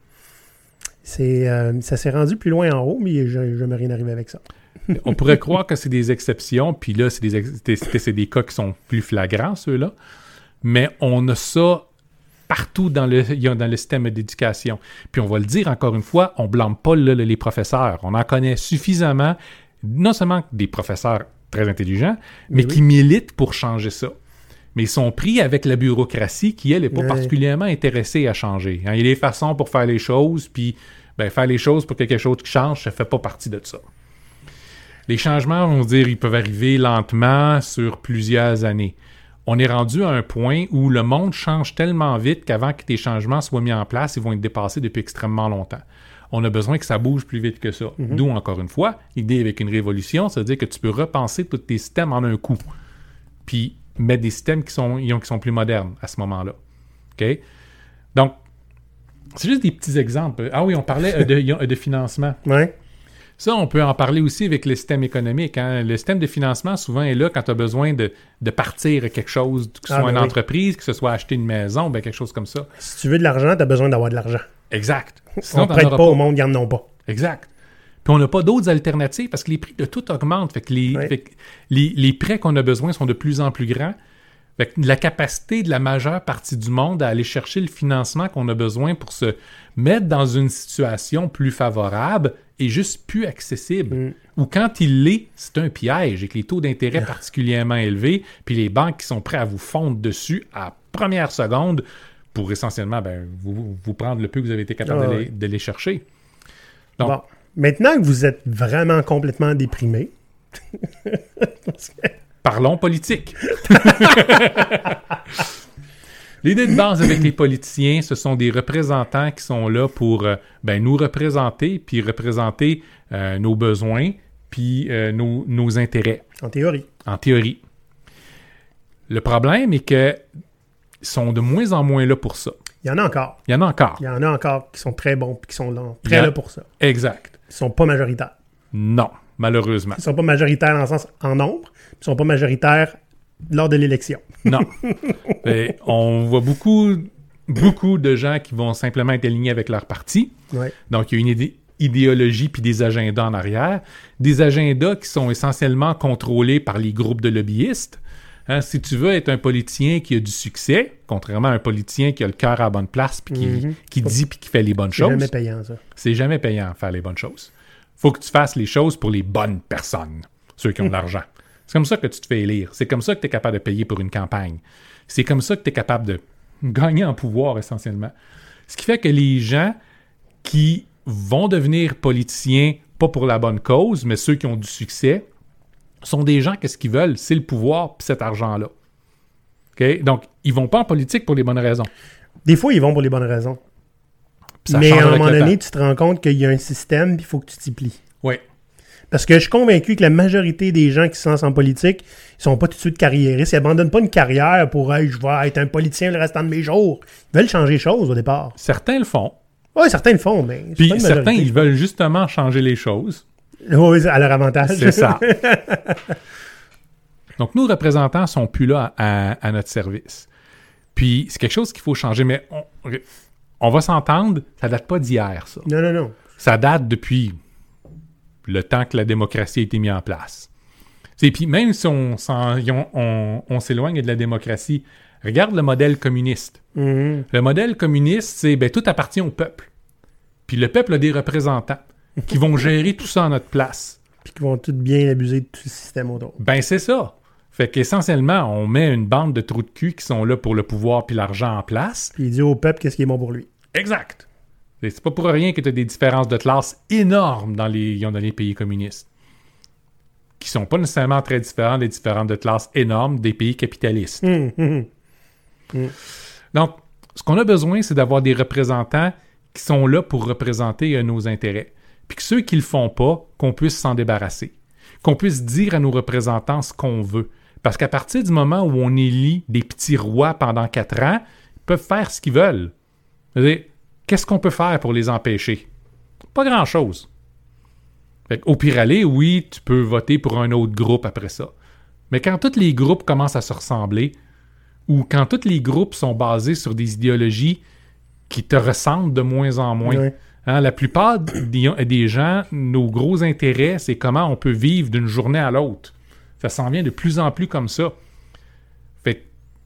C'est, euh, ça s'est rendu plus loin en haut, mais je n'ai jamais rien arrivé avec ça. On pourrait croire que c'est des exceptions, puis là, c'est des, ex- c'est, c'est des cas qui sont plus flagrants, ceux-là. Mais on a ça partout dans le, dans le système d'éducation. Puis on va le dire encore une fois, on ne blâme pas le, les professeurs. On en connaît suffisamment, non seulement des professeurs très intelligents, mais, mais oui. qui militent pour changer ça. Mais ils sont pris avec la bureaucratie qui, elle, n'est pas ouais. particulièrement intéressée à changer. Hein, il y a des façons pour faire les choses, puis ben, faire les choses pour que quelque chose qui change, ça ne fait pas partie de ça. Les changements, on va dire, ils peuvent arriver lentement sur plusieurs années. On est rendu à un point où le monde change tellement vite qu'avant que tes changements soient mis en place, ils vont être dépassés depuis extrêmement longtemps. On a besoin que ça bouge plus vite que ça. Mm-hmm. D'où, encore une fois, l'idée avec une révolution, c'est-à-dire que tu peux repenser tous tes systèmes en un coup. Puis mettre des systèmes qui sont, qui sont plus modernes à ce moment-là. OK? Donc, c'est juste des petits exemples. Ah oui, on parlait de, de financement. Oui. Ça, on peut en parler aussi avec le système économique. Hein? Le système de financement, souvent, est là quand tu as besoin de, de partir quelque chose, que ce ah, soit ben une oui. entreprise, que ce soit acheter une maison, ben quelque chose comme ça. Si tu veux de l'argent, tu as besoin d'avoir de l'argent. Exact. Sinon, on ne prête pas, pas au monde, ils n'en ont pas. Exact. Puis on n'a pas d'autres alternatives parce que les prix de tout augmentent. Fait que les, Oui. fait que les, les prêts qu'on a besoin sont de plus en plus grands. Fait que la capacité de la majeure partie du monde à aller chercher le financement qu'on a besoin pour se mettre dans une situation plus favorable est juste plus accessible. Mm. Ou quand il l'est, c'est un piège et que les taux d'intérêt particulièrement élevés, puis les banques qui sont prêts à vous fondre dessus à première seconde pour essentiellement ben, vous, vous prendre le peu que vous avez été capable Ah, de, les, oui. de les chercher. Donc, Bon. Maintenant que vous êtes vraiment complètement déprimé, parlons politique. L'idée de base avec les politiciens, ce sont des représentants qui sont là pour euh, ben, nous représenter, puis représenter euh, nos besoins, puis euh, nos, nos intérêts, en théorie. en théorie. Le problème est qu'ils sont de moins en moins là pour ça. Il y en a encore. Il y en a encore. Il y en a encore qui sont très bons et qui sont là, Il y très a- là pour ça. Exact. Ils sont pas majoritaires. Non, malheureusement. Ils sont pas majoritaires dans le sens en nombre. Ils sont pas majoritaires lors de l'élection. Non. Et on voit beaucoup, beaucoup de gens qui vont simplement être alignés avec leur parti. Ouais. Donc, il y a une idée- idéologie puis des agendas en arrière. Des agendas qui sont essentiellement contrôlés par les groupes de lobbyistes. Hein, si tu veux être un politicien qui a du succès, contrairement à un politicien qui a le cœur à la bonne place puis qui, Mhm. qui dit puis qui fait les bonnes C'est choses, jamais payant, ça. c'est jamais payant de faire les bonnes choses. Faut que tu fasses les choses pour les bonnes personnes, ceux qui ont de l'argent. C'est comme ça que tu te fais élire. C'est comme ça que tu es capable de payer pour une campagne. C'est comme ça que tu es capable de gagner en pouvoir, essentiellement. Ce qui fait que les gens qui vont devenir politiciens, pas pour la bonne cause, mais ceux qui ont du succès, sont des gens que ce qu'ils veulent, c'est le pouvoir puis cet argent-là. OK? Donc, ils vont pas en politique pour les bonnes raisons. Des fois, ils vont pour les bonnes raisons. Puis ça Mais change à un avec moment le donné, temps. tu te rends compte qu'il y a un système puis il faut que tu t'y plies. Oui. Parce que je suis convaincu que la majorité des gens qui se lancent en politique, ils sont pas tout de suite carriéristes. Ils abandonnent pas une carrière pour hey, je vais être un politicien le restant de mes jours. Ils veulent changer les choses au départ. Certains le font. Oui, certains le font, mais c'est Puis pas une certains, majorité. ils veulent justement changer les choses. Oui, à leur avantage. C'est ça. Donc, nos représentants sont plus là à, à notre service. Puis, c'est quelque chose qu'il faut changer, mais on, on va s'entendre, ça date pas d'hier, ça. Non, non, non. Ça date depuis le temps que la démocratie a été mise en place. Et puis, même si on, s'en- on, on- on s'éloigne de la démocratie, regarde le modèle communiste. Mhm. Le modèle communiste, c'est ben, tout appartient au peuple. Puis le peuple a des représentants qui vont gérer tout ça à notre place. Puis qu'ils vont tous bien abuser de tout le système autour. Ben, c'est ça. Fait qu'essentiellement, on met une bande de trous de cul qui sont là pour le pouvoir puis l'argent en place. Puis il dit au peuple qu'est-ce qui est bon pour lui. Exact. Et c'est pas pour rien que tu as des différences de classe énormes dans les, dans les pays communistes. Qui sont pas nécessairement très différents des différences de classe énormes des pays capitalistes. Hum, hum, hum. Donc, ce qu'on a besoin, c'est d'avoir des représentants qui sont là pour représenter euh, nos intérêts. Puis que ceux qui le font pas, qu'on puisse s'en débarrasser. Qu'on puisse dire à nos représentants ce qu'on veut. Parce qu'à partir du moment où on élit des petits rois pendant quatre ans, ils peuvent faire ce qu'ils veulent. C'est-à-dire, qu'est-ce qu'on peut faire pour les empêcher? Pas grand-chose. Fait au pire aller, oui, tu peux voter pour un autre groupe après ça. Mais quand tous les groupes commencent à se ressembler, ou quand tous les groupes sont basés sur des idéologies qui te ressemblent de moins en moins, Ouais. hein, la plupart des, des gens, nos gros intérêts, c'est comment on peut vivre d'une journée à l'autre. Ça s'en vient de plus en plus comme ça. Fait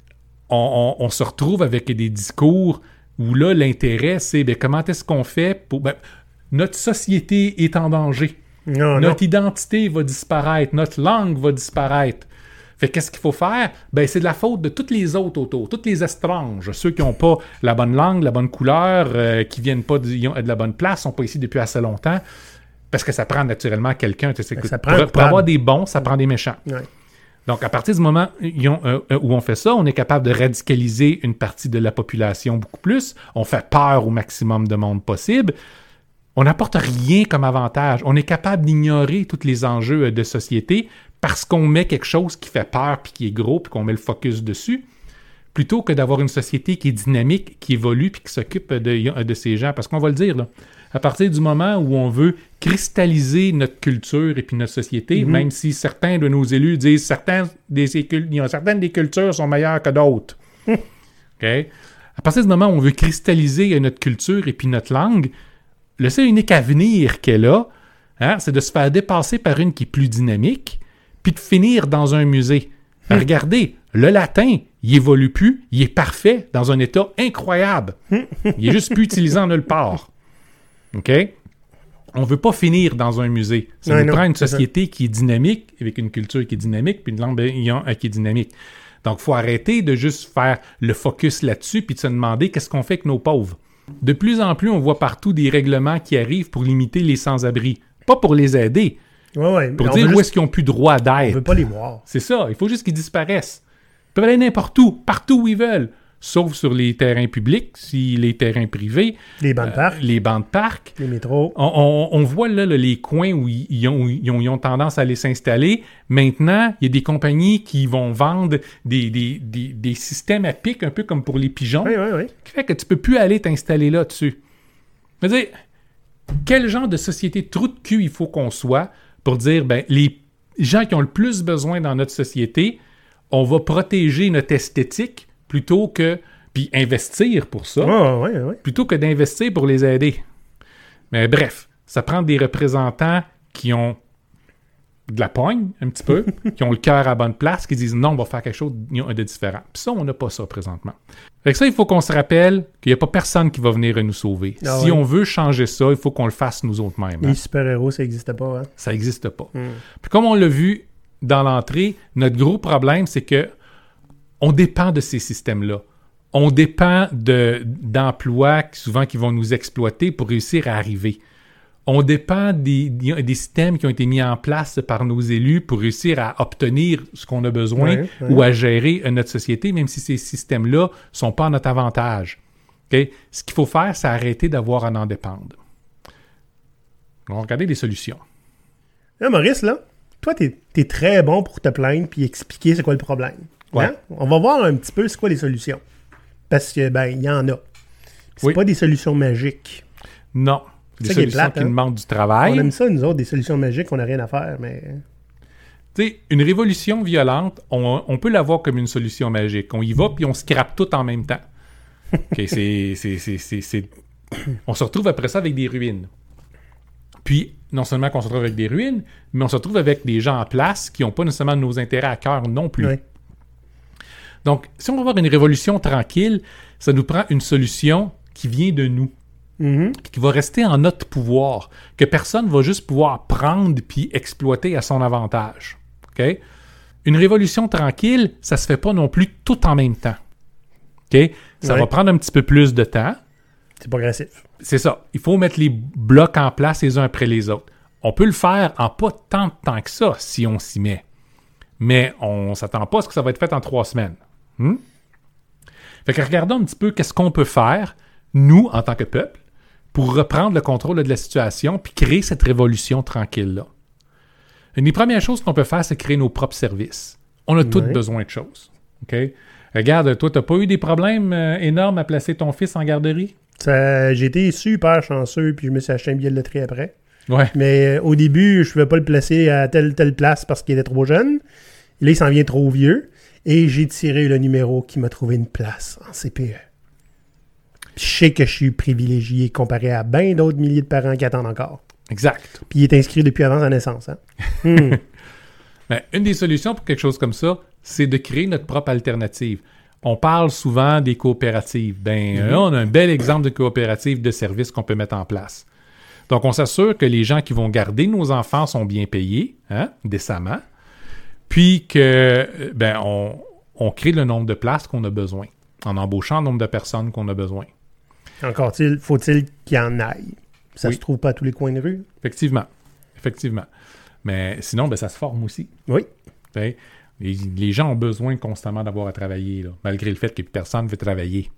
on, on, on se retrouve avec des discours où là, l'intérêt, c'est ben, comment est-ce qu'on fait pour... Ben, notre société est en danger. Non, non. Notre identité va disparaître. Notre langue va disparaître. Fait qu'est-ce qu'il faut faire? Ben, c'est de la faute de toutes les autres autour, toutes les estranges, ceux qui n'ont pas la bonne langue, la bonne couleur, euh, qui viennent pas de, de la bonne place, sont pas ici depuis assez longtemps, parce que ça prend naturellement quelqu'un. Tu sais, Ben, que ça prend un pour, pour coupable. avoir des bons, ça prend des méchants. Ouais. Donc, à partir du moment ils ont, euh, où on fait ça, on est capable de radicaliser une partie de la population beaucoup plus. On fait peur au maximum de monde possible. On n'apporte rien comme avantage. On est capable d'ignorer tous les enjeux euh, de société parce qu'on met quelque chose qui fait peur puis qui est gros puis qu'on met le focus dessus, plutôt que d'avoir une société qui est dynamique, qui évolue puis qui s'occupe de, de ces gens. Parce qu'on va le dire, là, à partir du moment où on veut cristalliser notre culture et puis notre société, Mm-hmm. même si certains de nos élus disent certains des, certaines des cultures sont meilleures que d'autres. OK? À partir du moment où on veut cristalliser notre culture et puis notre langue, le seul unique avenir qu'elle a, hein, c'est de se faire dépasser par une qui est plus dynamique, puis de finir dans un musée. Ben, regardez, le latin, il évolue plus, il est parfait, dans un état incroyable. Il est juste plus utilisé en nulle part. OK? On ne veut pas finir dans un musée. Ça Ouais, nous non, prend une c'est société qui est dynamique, avec une culture qui est dynamique, puis une langue euh, qui est dynamique. Donc, il faut arrêter de juste faire le focus là-dessus, puis de se demander qu'est-ce qu'on fait avec nos pauvres. De plus en plus, on voit partout des règlements qui arrivent pour limiter les sans-abri. Pas pour les aider, Ouais, ouais. pour On dire veut où juste- est-ce qu'ils n'ont plus droit On d'être. veut pas les voir. C'est ça, il faut juste qu'ils disparaissent. Ils peuvent aller n'importe où, partout où ils veulent, sauf sur les terrains publics, si les terrains privés, Les bancs de euh, parc, les bancs de parc. les métros. On, on- on voit là, là, les coins où ils, ils ont, ils ont- ils ont tendance à aller s'installer. Maintenant, il y a des compagnies qui vont vendre des, des, des, des systèmes à pic, un peu comme pour les pigeons, Oui, oui, oui. qui fait que tu peux plus aller t'installer là-dessus. Je veux dire, quel genre de société trou de cul il faut qu'on soit pour dire, ben, les gens qui ont le plus besoin dans notre société, on va protéger notre esthétique plutôt que, puis investir pour ça, Ouais, ouais, ouais. plutôt que d'investir pour les aider. Mais bref, ça prend des représentants qui ont de la pogne, un petit peu, qui ont le cœur à bonne place, qui disent non, on va faire quelque chose de différent. Puis ça, on n'a pas ça présentement. Fait que ça, il faut qu'on se rappelle qu'il n'y a pas personne qui va venir nous sauver. Ah si oui. on veut changer ça, il faut qu'on le fasse nous autres mêmes. hein. Les super-héros, ça n'existe pas. Hein? Ça n'existe pas. Hmm. Puis comme on l'a vu dans l'entrée, notre gros problème, c'est que on dépend de ces systèmes-là. On dépend de, d'emplois qui, souvent qui vont nous exploiter pour réussir à arriver. On dépend des, des systèmes qui ont été mis en place par nos élus pour réussir à obtenir ce qu'on a besoin Ouais, ouais. ou à gérer euh, notre société, même si ces systèmes-là ne sont pas à notre avantage. OK? Ce qu'il faut faire, c'est arrêter d'avoir à en dépendre. On va regarder les solutions. Là, Maurice, là, toi, t'es es très bon pour te plaindre puis expliquer c'est quoi le problème. Ouais. Hein? On va voir un petit peu c'est quoi les solutions. Parce que, ben, il y en a. C'est Oui. pas des solutions magiques. Non. Des ça qui est solutions plate, qui hein? demandent du On travail. aime ça, nous autres, des solutions magiques, on n'a rien à faire, mais... Tu sais, une révolution violente, on, on peut la voir comme une solution magique. On y va, puis on scrape tout en même temps. OK, c'est, c'est, c'est, c'est, c'est- On se retrouve après ça avec des ruines. Puis, non seulement qu'on se retrouve avec des ruines, mais on se retrouve avec des gens en place qui n'ont pas nécessairement nos intérêts à cœur non plus. Ouais. Donc, si on va avoir une révolution tranquille, ça nous prend une solution qui vient de nous, Mhm. qui va rester en notre pouvoir, que personne ne va juste pouvoir prendre puis exploiter à son avantage. OK? Une révolution tranquille, ça se fait pas non plus tout en même temps. OK? Ça Ouais. va prendre un petit peu plus de temps. C'est progressif. C'est ça. Il faut mettre les blocs en place les uns après les autres. On peut le faire en pas tant de temps que ça, si on s'y met. Mais on s'attend pas à ce que ça va être fait en trois semaines. Hmm? Fait que regardons un petit peu qu'est-ce qu'on peut faire, nous, en tant que peuple, pour reprendre le contrôle de la situation puis créer cette révolution tranquille-là. Une des premières choses qu'on peut faire, c'est créer nos propres services. On a tous Ouais. besoin de choses. OK? Regarde, toi, t'as pas eu des problèmes euh, énormes à placer ton fils en garderie? Ça, j'ai été super chanceux, puis je me suis acheté un billet de loterie après. Ouais. Mais euh, au début, je ne pouvais pas le placer à telle telle place parce qu'il était trop jeune. Là, il s'en vient trop vieux. Et j'ai tiré le numéro qui m'a trouvé une place en C P E. Puis je sais que je suis privilégié comparé à bien d'autres milliers de parents qui attendent encore. Exact. Puis il est inscrit depuis avant sa naissance. Hein? Hmm. Ben, une des solutions pour quelque chose comme ça, c'est de créer notre propre alternative. On parle souvent des coopératives. Ben, Mm-hmm. là, on a un bel exemple de coopérative de services qu'on peut mettre en place. Donc, on s'assure que les gens qui vont garder nos enfants sont bien payés, hein, décemment, puis que euh, ben, on, on crée le nombre de places qu'on a besoin, en embauchant le nombre de personnes qu'on a besoin. Encore t-il, faut-il qu'il y en aille. Ça Oui. se trouve pas à tous les coins de rue. Effectivement. Effectivement. Mais sinon, ben, ça se forme aussi. Oui. T'sais, Les, les gens ont besoin constamment d'avoir à travailler, là, malgré le fait que personne ne veut travailler.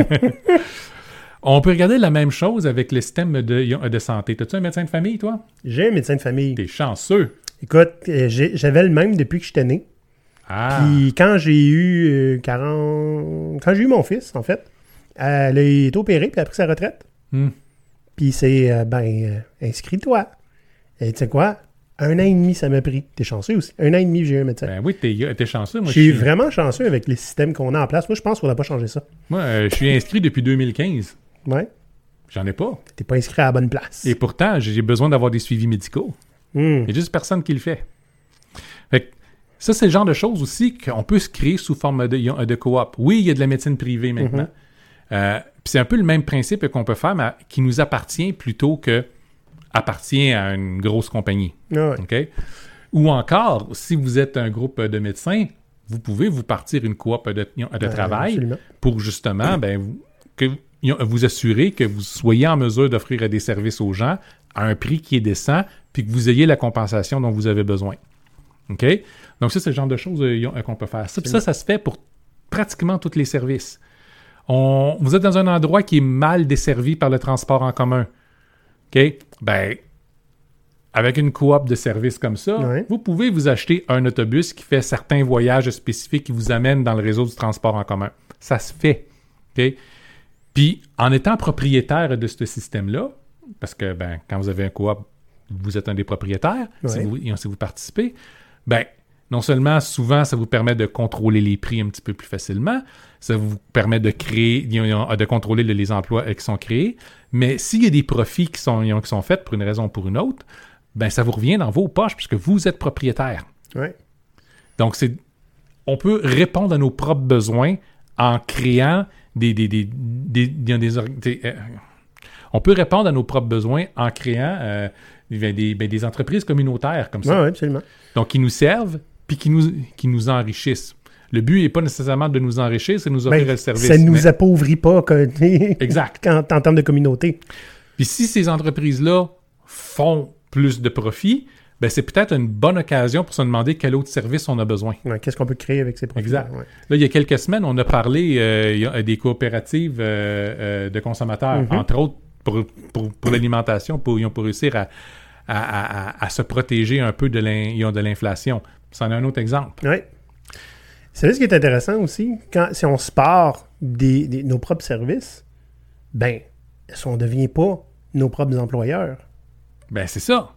On peut regarder la même chose avec le système de, de santé. T'as-tu un médecin de famille, toi? J'ai un médecin de famille. T'es chanceux. Écoute, euh, j'ai- j'avais le même depuis que j'étais né. Ah, Puis quand j'ai eu euh, quarante... Quand j'ai eu mon fils, en fait, elle a été opérée puis elle a pris sa retraite. Hmm. Puis c'est, euh, ben, euh, inscris-toi. Et tu sais quoi? Un an et demi, ça m'a pris. T'es chanceux aussi. Un an et demi, j'ai eu un médecin. Ben oui, t'es, t'es chanceux. Moi, je suis je suis vraiment chanceux avec les systèmes qu'on a en place. Moi, je pense qu'il ne faudrait pas changer ça. Moi, euh, je suis inscrit depuis deux mille quinze. Ouais. J'en ai pas. T'es pas inscrit à la bonne place. Et pourtant, j'ai besoin d'avoir des suivis médicaux. Mm. Il y a juste personne qui le fait. Fait que ça, c'est le genre de choses aussi qu'on peut se créer sous forme de, de coop. Oui, il y a de la médecine privée maintenant. Mm-hmm. Euh, puis c'est un peu le même principe qu'on peut faire, mais qui nous appartient plutôt que appartient à une grosse compagnie. Ah ouais. OK? Ou encore, si vous êtes un groupe de médecins, vous pouvez vous partir une coop de, de euh, travail absolument. Pour justement ben, vous, que, vous assurer que vous soyez en mesure d'offrir des services aux gens à un prix qui est décent puis que vous ayez la compensation dont vous avez besoin. OK? Donc ça, c'est le genre de choses euh, qu'on peut faire. Ça, ça, ça se fait pour pratiquement tous les services. On, vous êtes dans un endroit qui est mal desservi par le transport en commun. OK? Ben, avec une coop de services comme ça, ouais. Vous pouvez vous acheter un autobus qui fait certains voyages spécifiques qui vous amènent dans le réseau du transport en commun. Ça se fait. OK? Puis, en étant propriétaire de ce système-là, parce que ben, quand vous avez un coop, vous êtes un des propriétaires, ouais. si, vous, si vous participez, ben, non seulement, souvent, ça vous permet de contrôler les prix un petit peu plus facilement, ça vous permet de créer, de contrôler les emplois qui sont créés, mais s'il y a des profits qui sont, qui sont faits pour une raison ou pour une autre, ben ça vous revient dans vos poches puisque vous êtes propriétaire. Ouais. Donc, c'est, on peut répondre à nos propres besoins en créant des... des, des, des, des, des, des euh, on peut répondre à nos propres besoins en créant euh, des, ben, des entreprises communautaires comme ça. Oui, ouais, absolument. Donc, qui nous servent puis qui nous, qui nous enrichissent. Le but n'est pas nécessairement de nous enrichir, c'est de nous offrir ben, le service. Ça ne nous mais... appauvrit pas quand, exact. quand, en termes de communauté. Puis si ces entreprises-là font plus de profit, ben c'est peut-être une bonne occasion pour se demander quel autre service on a besoin. Ouais, qu'est-ce qu'on peut créer avec ces profits? Exact. Ouais. Là, il y a quelques semaines, on a parlé euh, il y a des coopératives euh, euh, de consommateurs, mm-hmm. entre autres pour, pour, pour l'alimentation, pour, ils ont pour réussir à, à, à, à se protéger un peu de, l'in, de l'inflation. C'en est un autre exemple. Oui. C'est là ce qui est intéressant aussi, quand, si on se part des, des, nos propres services, ben, si on ne devient pas nos propres employeurs. Ben, c'est ça.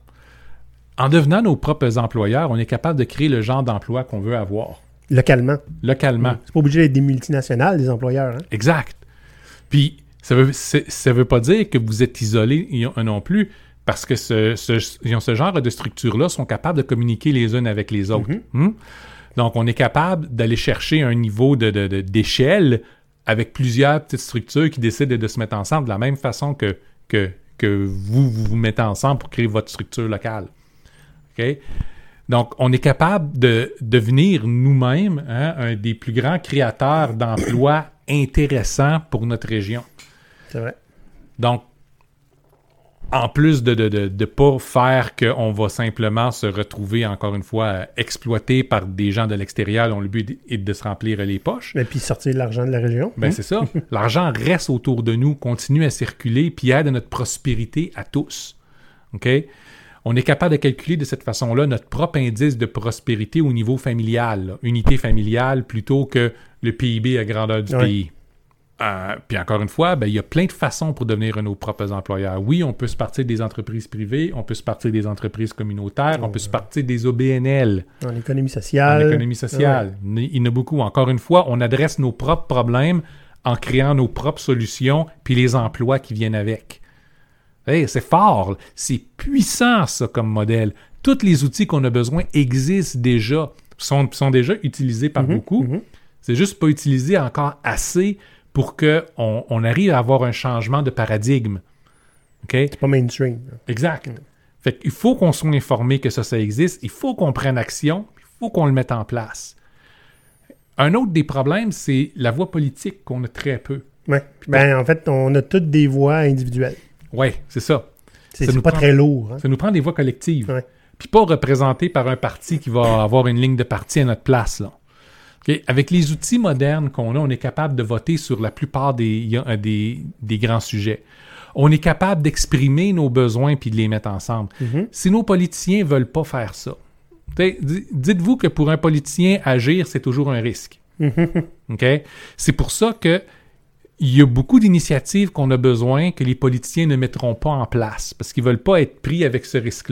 En devenant nos propres employeurs, on est capable de créer le genre d'emploi qu'on veut avoir. Localement. Localement. C'est pas obligé d'être des multinationales, des employeurs. Hein? Exact. Puis, ça veut, ça veut pas dire que vous êtes isolés non plus, parce que ce, ce, ce genre de structures-là sont capables de communiquer les unes avec les autres. Mm-hmm. Hum? Donc, on est capable d'aller chercher un niveau de, de, de, d'échelle avec plusieurs petites structures qui décident de se mettre ensemble de la même façon que, que, que vous, vous vous mettez ensemble pour créer votre structure locale. OK? Donc, on est capable de devenir nous-mêmes hein, un des plus grands créateurs d'emplois intéressants pour notre région. C'est vrai. Donc, en plus de ne de, de, de pas faire qu'on va simplement se retrouver, encore une fois, exploité par des gens de l'extérieur dont le but est de se remplir les poches. Et puis sortir de l'argent de la région. Ben, mmh. c'est ça. L'argent reste autour de nous, continue à circuler, puis aide à notre prospérité à tous. OK? On est capable de calculer de cette façon-là notre propre indice de prospérité au niveau familial, là. Unité familiale plutôt que le P I B à grandeur du ouais. pays. Euh, puis encore une fois, ben, il y a plein de façons pour devenir nos propres employeurs. Oui, on peut se partir des entreprises privées, on peut se partir des entreprises communautaires, oh, on peut ouais. se partir des O B N L. En économie sociale. En économie sociale. Ouais. Il y en a beaucoup. Encore une fois, on adresse nos propres problèmes en créant nos propres solutions puis les emplois qui viennent avec. Hey, c'est fort, c'est puissant ça comme modèle. Tous les outils qu'on a besoin existent déjà, sont, sont déjà utilisés par mm-hmm, beaucoup. Mm-hmm. C'est juste pas utilisé encore assez pour qu'on on arrive à avoir un changement de paradigme. Okay? C'est pas mainstream. Exact. Mm. Fait qu'il faut qu'on soit informé que ça, ça existe, il faut qu'on prenne action, il faut qu'on le mette en place. Un autre des problèmes, c'est la voie politique qu'on a très peu. Oui. Ben, en fait, on a toutes des voies individuelles. Oui, c'est ça. C'est, ça c'est nous pas prend, très lourd. Hein? Ça nous prend des voies collectives. Ouais. Puis pas représentées par un parti qui va avoir une ligne de parti à notre place, là. Okay. Avec les outils modernes qu'on a, on est capable de voter sur la plupart des, des, des grands sujets. On est capable d'exprimer nos besoins puis de les mettre ensemble. Mm-hmm. Si nos politiciens ne veulent pas faire ça, dites-vous que pour un politicien, agir, c'est toujours un risque. Mm-hmm. Okay? C'est pour ça que il y a beaucoup d'initiatives qu'on a besoin que les politiciens ne mettront pas en place parce qu'ils ne veulent pas être pris avec ce risque-là.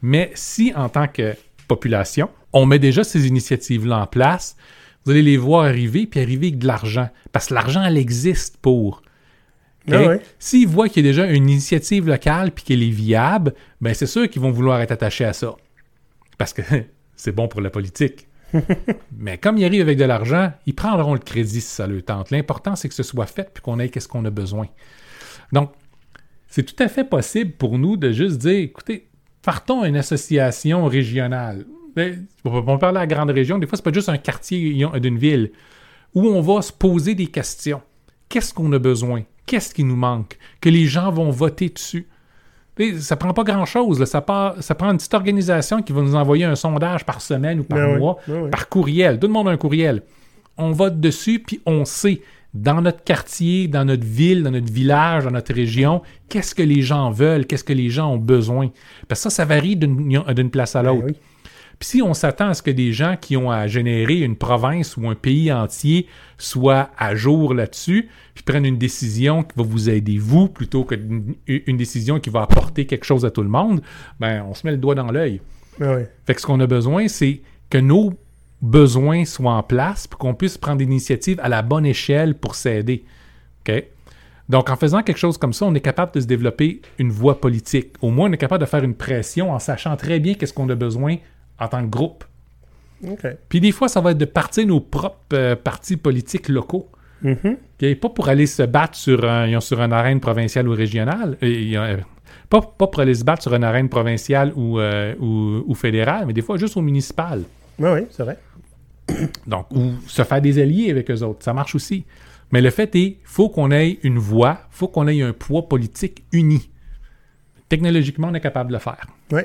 Mais si, en tant que population, on met déjà ces initiatives-là en place, vous allez les voir arriver, puis arriver avec de l'argent. Parce que l'argent, elle existe pour. Okay? Ah ouais. S'ils voient qu'il y a déjà une initiative locale puis qu'elle est viable, ben c'est sûr qu'ils vont vouloir être attachés à ça. Parce que c'est bon pour la politique. Mais comme ils arrivent avec de l'argent, ils prendront le crédit si ça leur tente. L'important, c'est que ce soit fait puis qu'on ait qu'est-ce qu'on a besoin. Donc, c'est tout à fait possible pour nous de juste dire, écoutez, partons à une association régionale. Ben, on peut parler à la grande région. Des fois, c'est pas juste un quartier d'une ville où on va se poser des questions. Qu'est-ce qu'on a besoin? Qu'est-ce qui nous manque? Que les gens vont voter dessus. Et ça prend pas grand-chose. Là. Ça, part, ça prend une petite organisation qui va nous envoyer un sondage par semaine ou par Ben mois, oui, ben oui. par courriel. Tout le monde a un courriel. On vote dessus, puis on sait, dans notre quartier, dans notre ville, dans notre village, dans notre région, qu'est-ce que les gens veulent, qu'est-ce que les gens ont besoin. Parce que ça, ça varie d'une, d'une place à l'autre. Ben oui. Puis si on s'attend à ce que des gens qui ont à générer une province ou un pays entier soient à jour là-dessus, puis prennent une décision qui va vous aider vous, plutôt qu'une une décision qui va apporter quelque chose à tout le monde, ben on se met le doigt dans l'œil. Ben oui. Fait que ce qu'on a besoin, c'est que nos besoins soient en place pour qu'on puisse prendre des initiatives à la bonne échelle pour s'aider. OK? Donc, en faisant quelque chose comme ça, on est capable de se développer une voie politique. Au moins, on est capable de faire une pression en sachant très bien qu'est-ce qu'on a besoin en tant que groupe. OK. Puis des fois, ça va être de partir nos propres euh, partis politiques locaux. Mhm. Okay? Pas pour aller se battre sur, un, sur une arène provinciale ou régionale. Et, euh, pas, pas pour aller se battre sur une arène provinciale ou, euh, ou, ou fédérale, mais des fois juste au municipal. Oui, oui, c'est vrai. Donc, ou se faire des alliés avec eux autres. Ça marche aussi. Mais le fait est, il faut qu'on ait une voix, il faut qu'on ait un poids politique uni. Technologiquement, on est capable de le faire. Oui.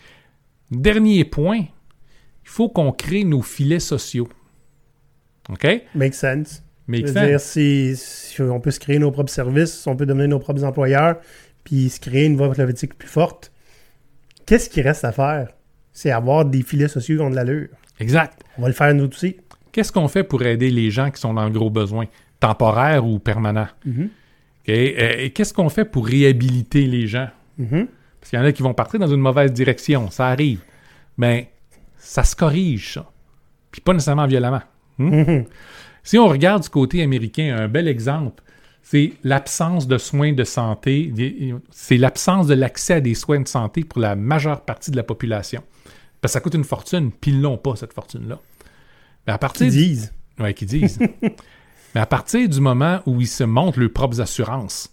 Dernier point, il faut qu'on crée nos filets sociaux. OK? Make sense. Make Je veux sense. dire, si, si on peut se créer nos propres services, on peut devenir nos propres employeurs, puis se créer une voie politique plus forte, qu'est-ce qui reste à faire? C'est avoir des filets sociaux qui ont de l'allure. Exact. On va le faire nous aussi. Qu'est-ce qu'on fait pour aider les gens qui sont dans le gros besoin, temporaire ou permanent? Mhm. OK? Et qu'est-ce qu'on fait pour réhabiliter les gens? Mhm. Parce qu'il y en a qui vont partir dans une mauvaise direction. Ça arrive. Mais ça se corrige, ça. Puis pas nécessairement violemment. Hmm? Mhm. Si on regarde du côté américain, un bel exemple, c'est l'absence de soins de santé. C'est l'absence de l'accès à des soins de santé pour la majeure partie de la population. Parce que ça coûte une fortune, puis ils l'ont pas, cette fortune-là. Mais à partir Ils du- disent. Oui, qu'ils disent. Mais à partir du moment où ils se montrent leurs propres assurances,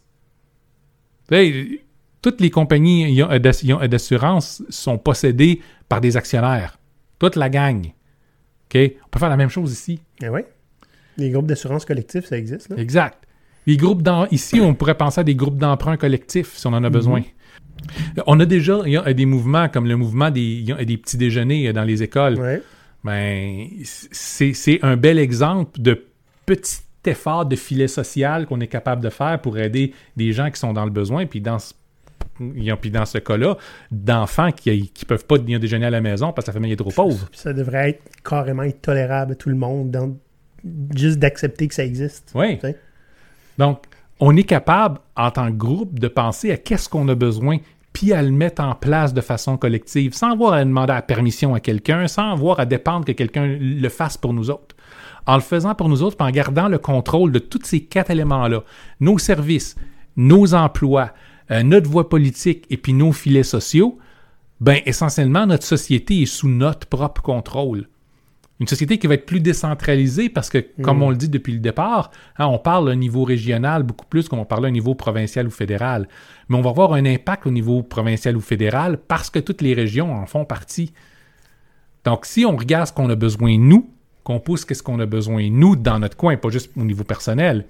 tu sais, toutes les compagnies y ont- d'ass- y ont- d'assurance sont possédées par des actionnaires. Toute la gang. OK? On peut faire la même chose ici. Eh oui. Les groupes d'assurance collective, ça existe. Là. Exact. Les groupes d'em- ici, on pourrait penser à des groupes d'emprunt collectifs si on en a besoin. On a déjà il y a des mouvements comme le mouvement des, il y a des petits déjeuners dans les écoles. Ouais. Ben, c'est, c'est un bel exemple de petit effort de filet social qu'on est capable de faire pour aider des gens qui sont dans le besoin. Puis dans ce, puis dans ce cas-là, d'enfants qui ne peuvent pas venir déjeuner à la maison parce que la famille est trop pauvre. Puis ça devrait être carrément être tolérable à tout le monde, dans- juste d'accepter que ça existe. Oui. Tu sais. Donc, on est capable, en tant que groupe, de penser à qu'est-ce qu'on a besoin, puis à le mettre en place de façon collective, sans avoir à demander la permission à quelqu'un, sans avoir à dépendre que quelqu'un le fasse pour nous autres. En le faisant pour nous autres, puis en gardant le contrôle de tous ces quatre éléments-là, nos services, nos emplois, euh, notre voie politique et puis nos filets sociaux, ben essentiellement, notre société est sous notre propre contrôle. Une société qui va être plus décentralisée parce que, comme Mm. on le dit depuis le départ, hein, on parle au niveau régional beaucoup plus qu'on parle au niveau provincial ou fédéral. Mais on va avoir un impact au niveau provincial ou fédéral parce que toutes les régions en font partie. Donc, si on regarde ce qu'on a besoin nous, qu'on pousse qu'est-ce qu'on a besoin nous dans notre coin, pas juste au niveau personnel,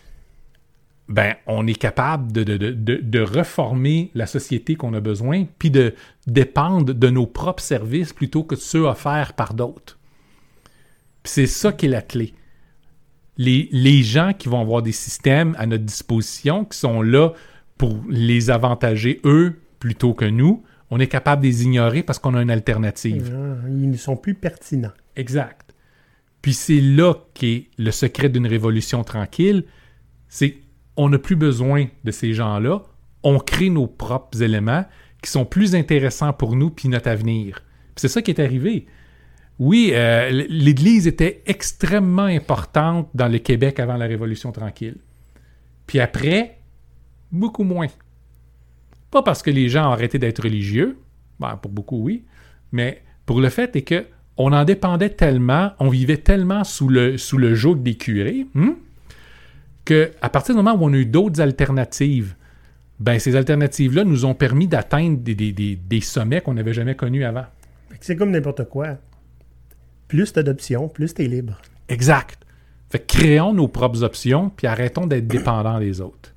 ben on est capable de, de, de, de, de reformer la société qu'on a besoin puis de dépendre de nos propres services plutôt que de ceux offerts par d'autres. Puis c'est ça qui est la clé. Les, les gens qui vont avoir des systèmes à notre disposition, qui sont là pour les avantager eux plutôt que nous, on est capable de les ignorer parce qu'on a une alternative. Ah, ils ne sont plus pertinents. Exact. Puis c'est là qu'est le secret d'une révolution tranquille, c'est on n'a plus besoin de ces gens-là, on crée nos propres éléments qui sont plus intéressants pour nous puis notre avenir. Puis c'est ça qui est arrivé. Oui, euh, l'Église était extrêmement importante dans le Québec avant la Révolution tranquille. Puis après, beaucoup moins. Pas parce que les gens ont arrêté d'être religieux, ben, pour beaucoup oui, mais pour le fait est que on en dépendait tellement, on vivait tellement sous le, sous le joug des curés, hein, qu'à partir du moment où on a eu d'autres alternatives, ben ces alternatives-là nous ont permis d'atteindre des, des, des, des sommets qu'on n'avait jamais connus avant. C'est comme n'importe quoi. Plus t'as d'options, plus t'es libre. Exact. Fait que créons nos propres options, puis arrêtons d'être dépendants des autres.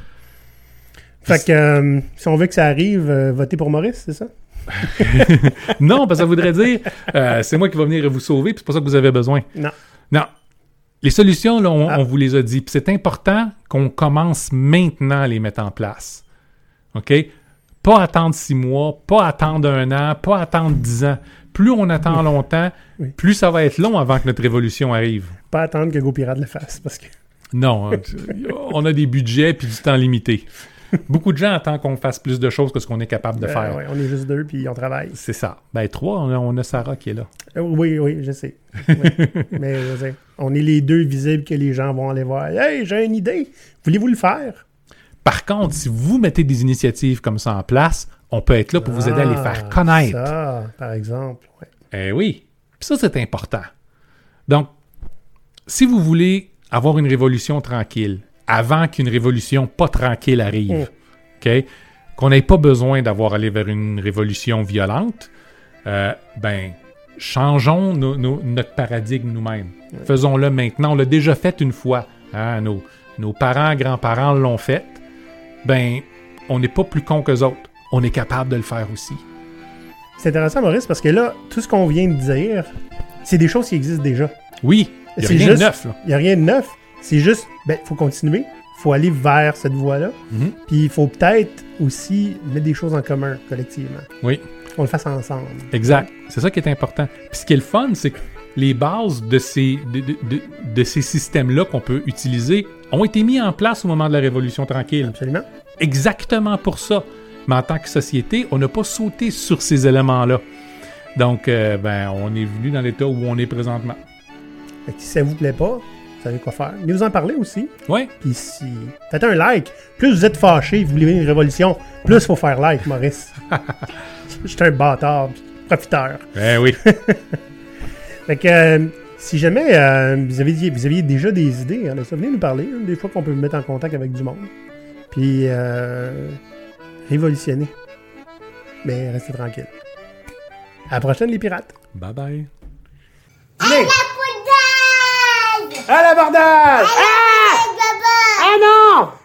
Fait que euh, si on veut que ça arrive, euh, votez pour Maurice, c'est ça? Non, parce que ça voudrait dire euh, c'est moi qui va venir vous sauver, puis c'est pas ça que vous avez besoin. Non. Non. Les solutions, là, on, ah. on vous les a dit. Puis c'est important qu'on commence maintenant à les mettre en place. OK? Pas attendre six mois, pas attendre un an, pas attendre dix ans. Plus on attend oui. longtemps, oui. plus ça va être long avant que notre révolution arrive. Pas attendre que GoPirate le fasse, parce que... Non, on a des budgets puis du temps limité. Beaucoup de gens attendent qu'on fasse plus de choses que ce qu'on est capable de euh, faire. Ouais, on est juste deux, puis on travaille. C'est ça. Ben, trois, on a, on a Sarah qui est là. Euh, oui, oui, je sais. Oui. Mais je sais, on est les deux visibles que les gens vont aller voir. « Hey, j'ai une idée! Voulez-vous le faire? » Par contre, si vous mettez des initiatives comme ça en place, on peut être là pour vous aider ah, à les faire connaître. Ça, par exemple. Ouais. Eh oui. Puis ça, c'est important. Donc, si vous voulez avoir une révolution tranquille, avant qu'une révolution pas tranquille arrive, mmh. OK? Qu'on n'ait pas besoin d'avoir à aller vers une révolution violente, euh, ben, changeons no, no, notre paradigme nous-mêmes. Mmh. Faisons-le maintenant. On l'a déjà fait une fois. Hein? Nos, nos parents, grands-parents l'ont fait. Ben, on n'est pas plus cons qu'eux autres. On est capable de le faire aussi. C'est intéressant, Maurice, parce que là, tout ce qu'on vient de dire, c'est des choses qui existent déjà. Oui, il n'y a c'est rien juste, de neuf. Il n'y a rien de neuf. C'est juste, ben, il faut continuer. Il faut aller vers cette voie-là. Mm-hmm. Puis il faut peut-être aussi mettre des choses en commun, collectivement. Oui. Qu'on le fasse ensemble. Exact. C'est ça qui est important. Puis ce qui est le fun, c'est que les bases de ces, de, de, de, de ces systèmes-là qu'on peut utiliser ont été mis en place au moment de la Révolution tranquille. Absolument. Exactement pour ça. Mais en tant que société, on n'a pas sauté sur ces éléments-là. Donc, euh, ben, on est venu dans l'état où on est présentement. Fait que si ça vous plaît pas, vous savez quoi faire. Mais vous en parlez aussi. Oui. Puis si... Faites un like. Plus vous êtes fâché, vous voulez une révolution, plus il faut faire like, Maurice. Je suis un bâtard, profiteur. Ben oui. Fait que euh, si jamais euh, vous, aviez, vous aviez déjà des idées, hein, ça, venez nous parler. Hein, des fois qu'on peut vous mettre en contact avec du monde. Puis euh, révolutionner. Mais restez tranquille. À la prochaine, les pirates. Bye bye. À l'abordage! À l'abordage! À l'abordage! Ah non!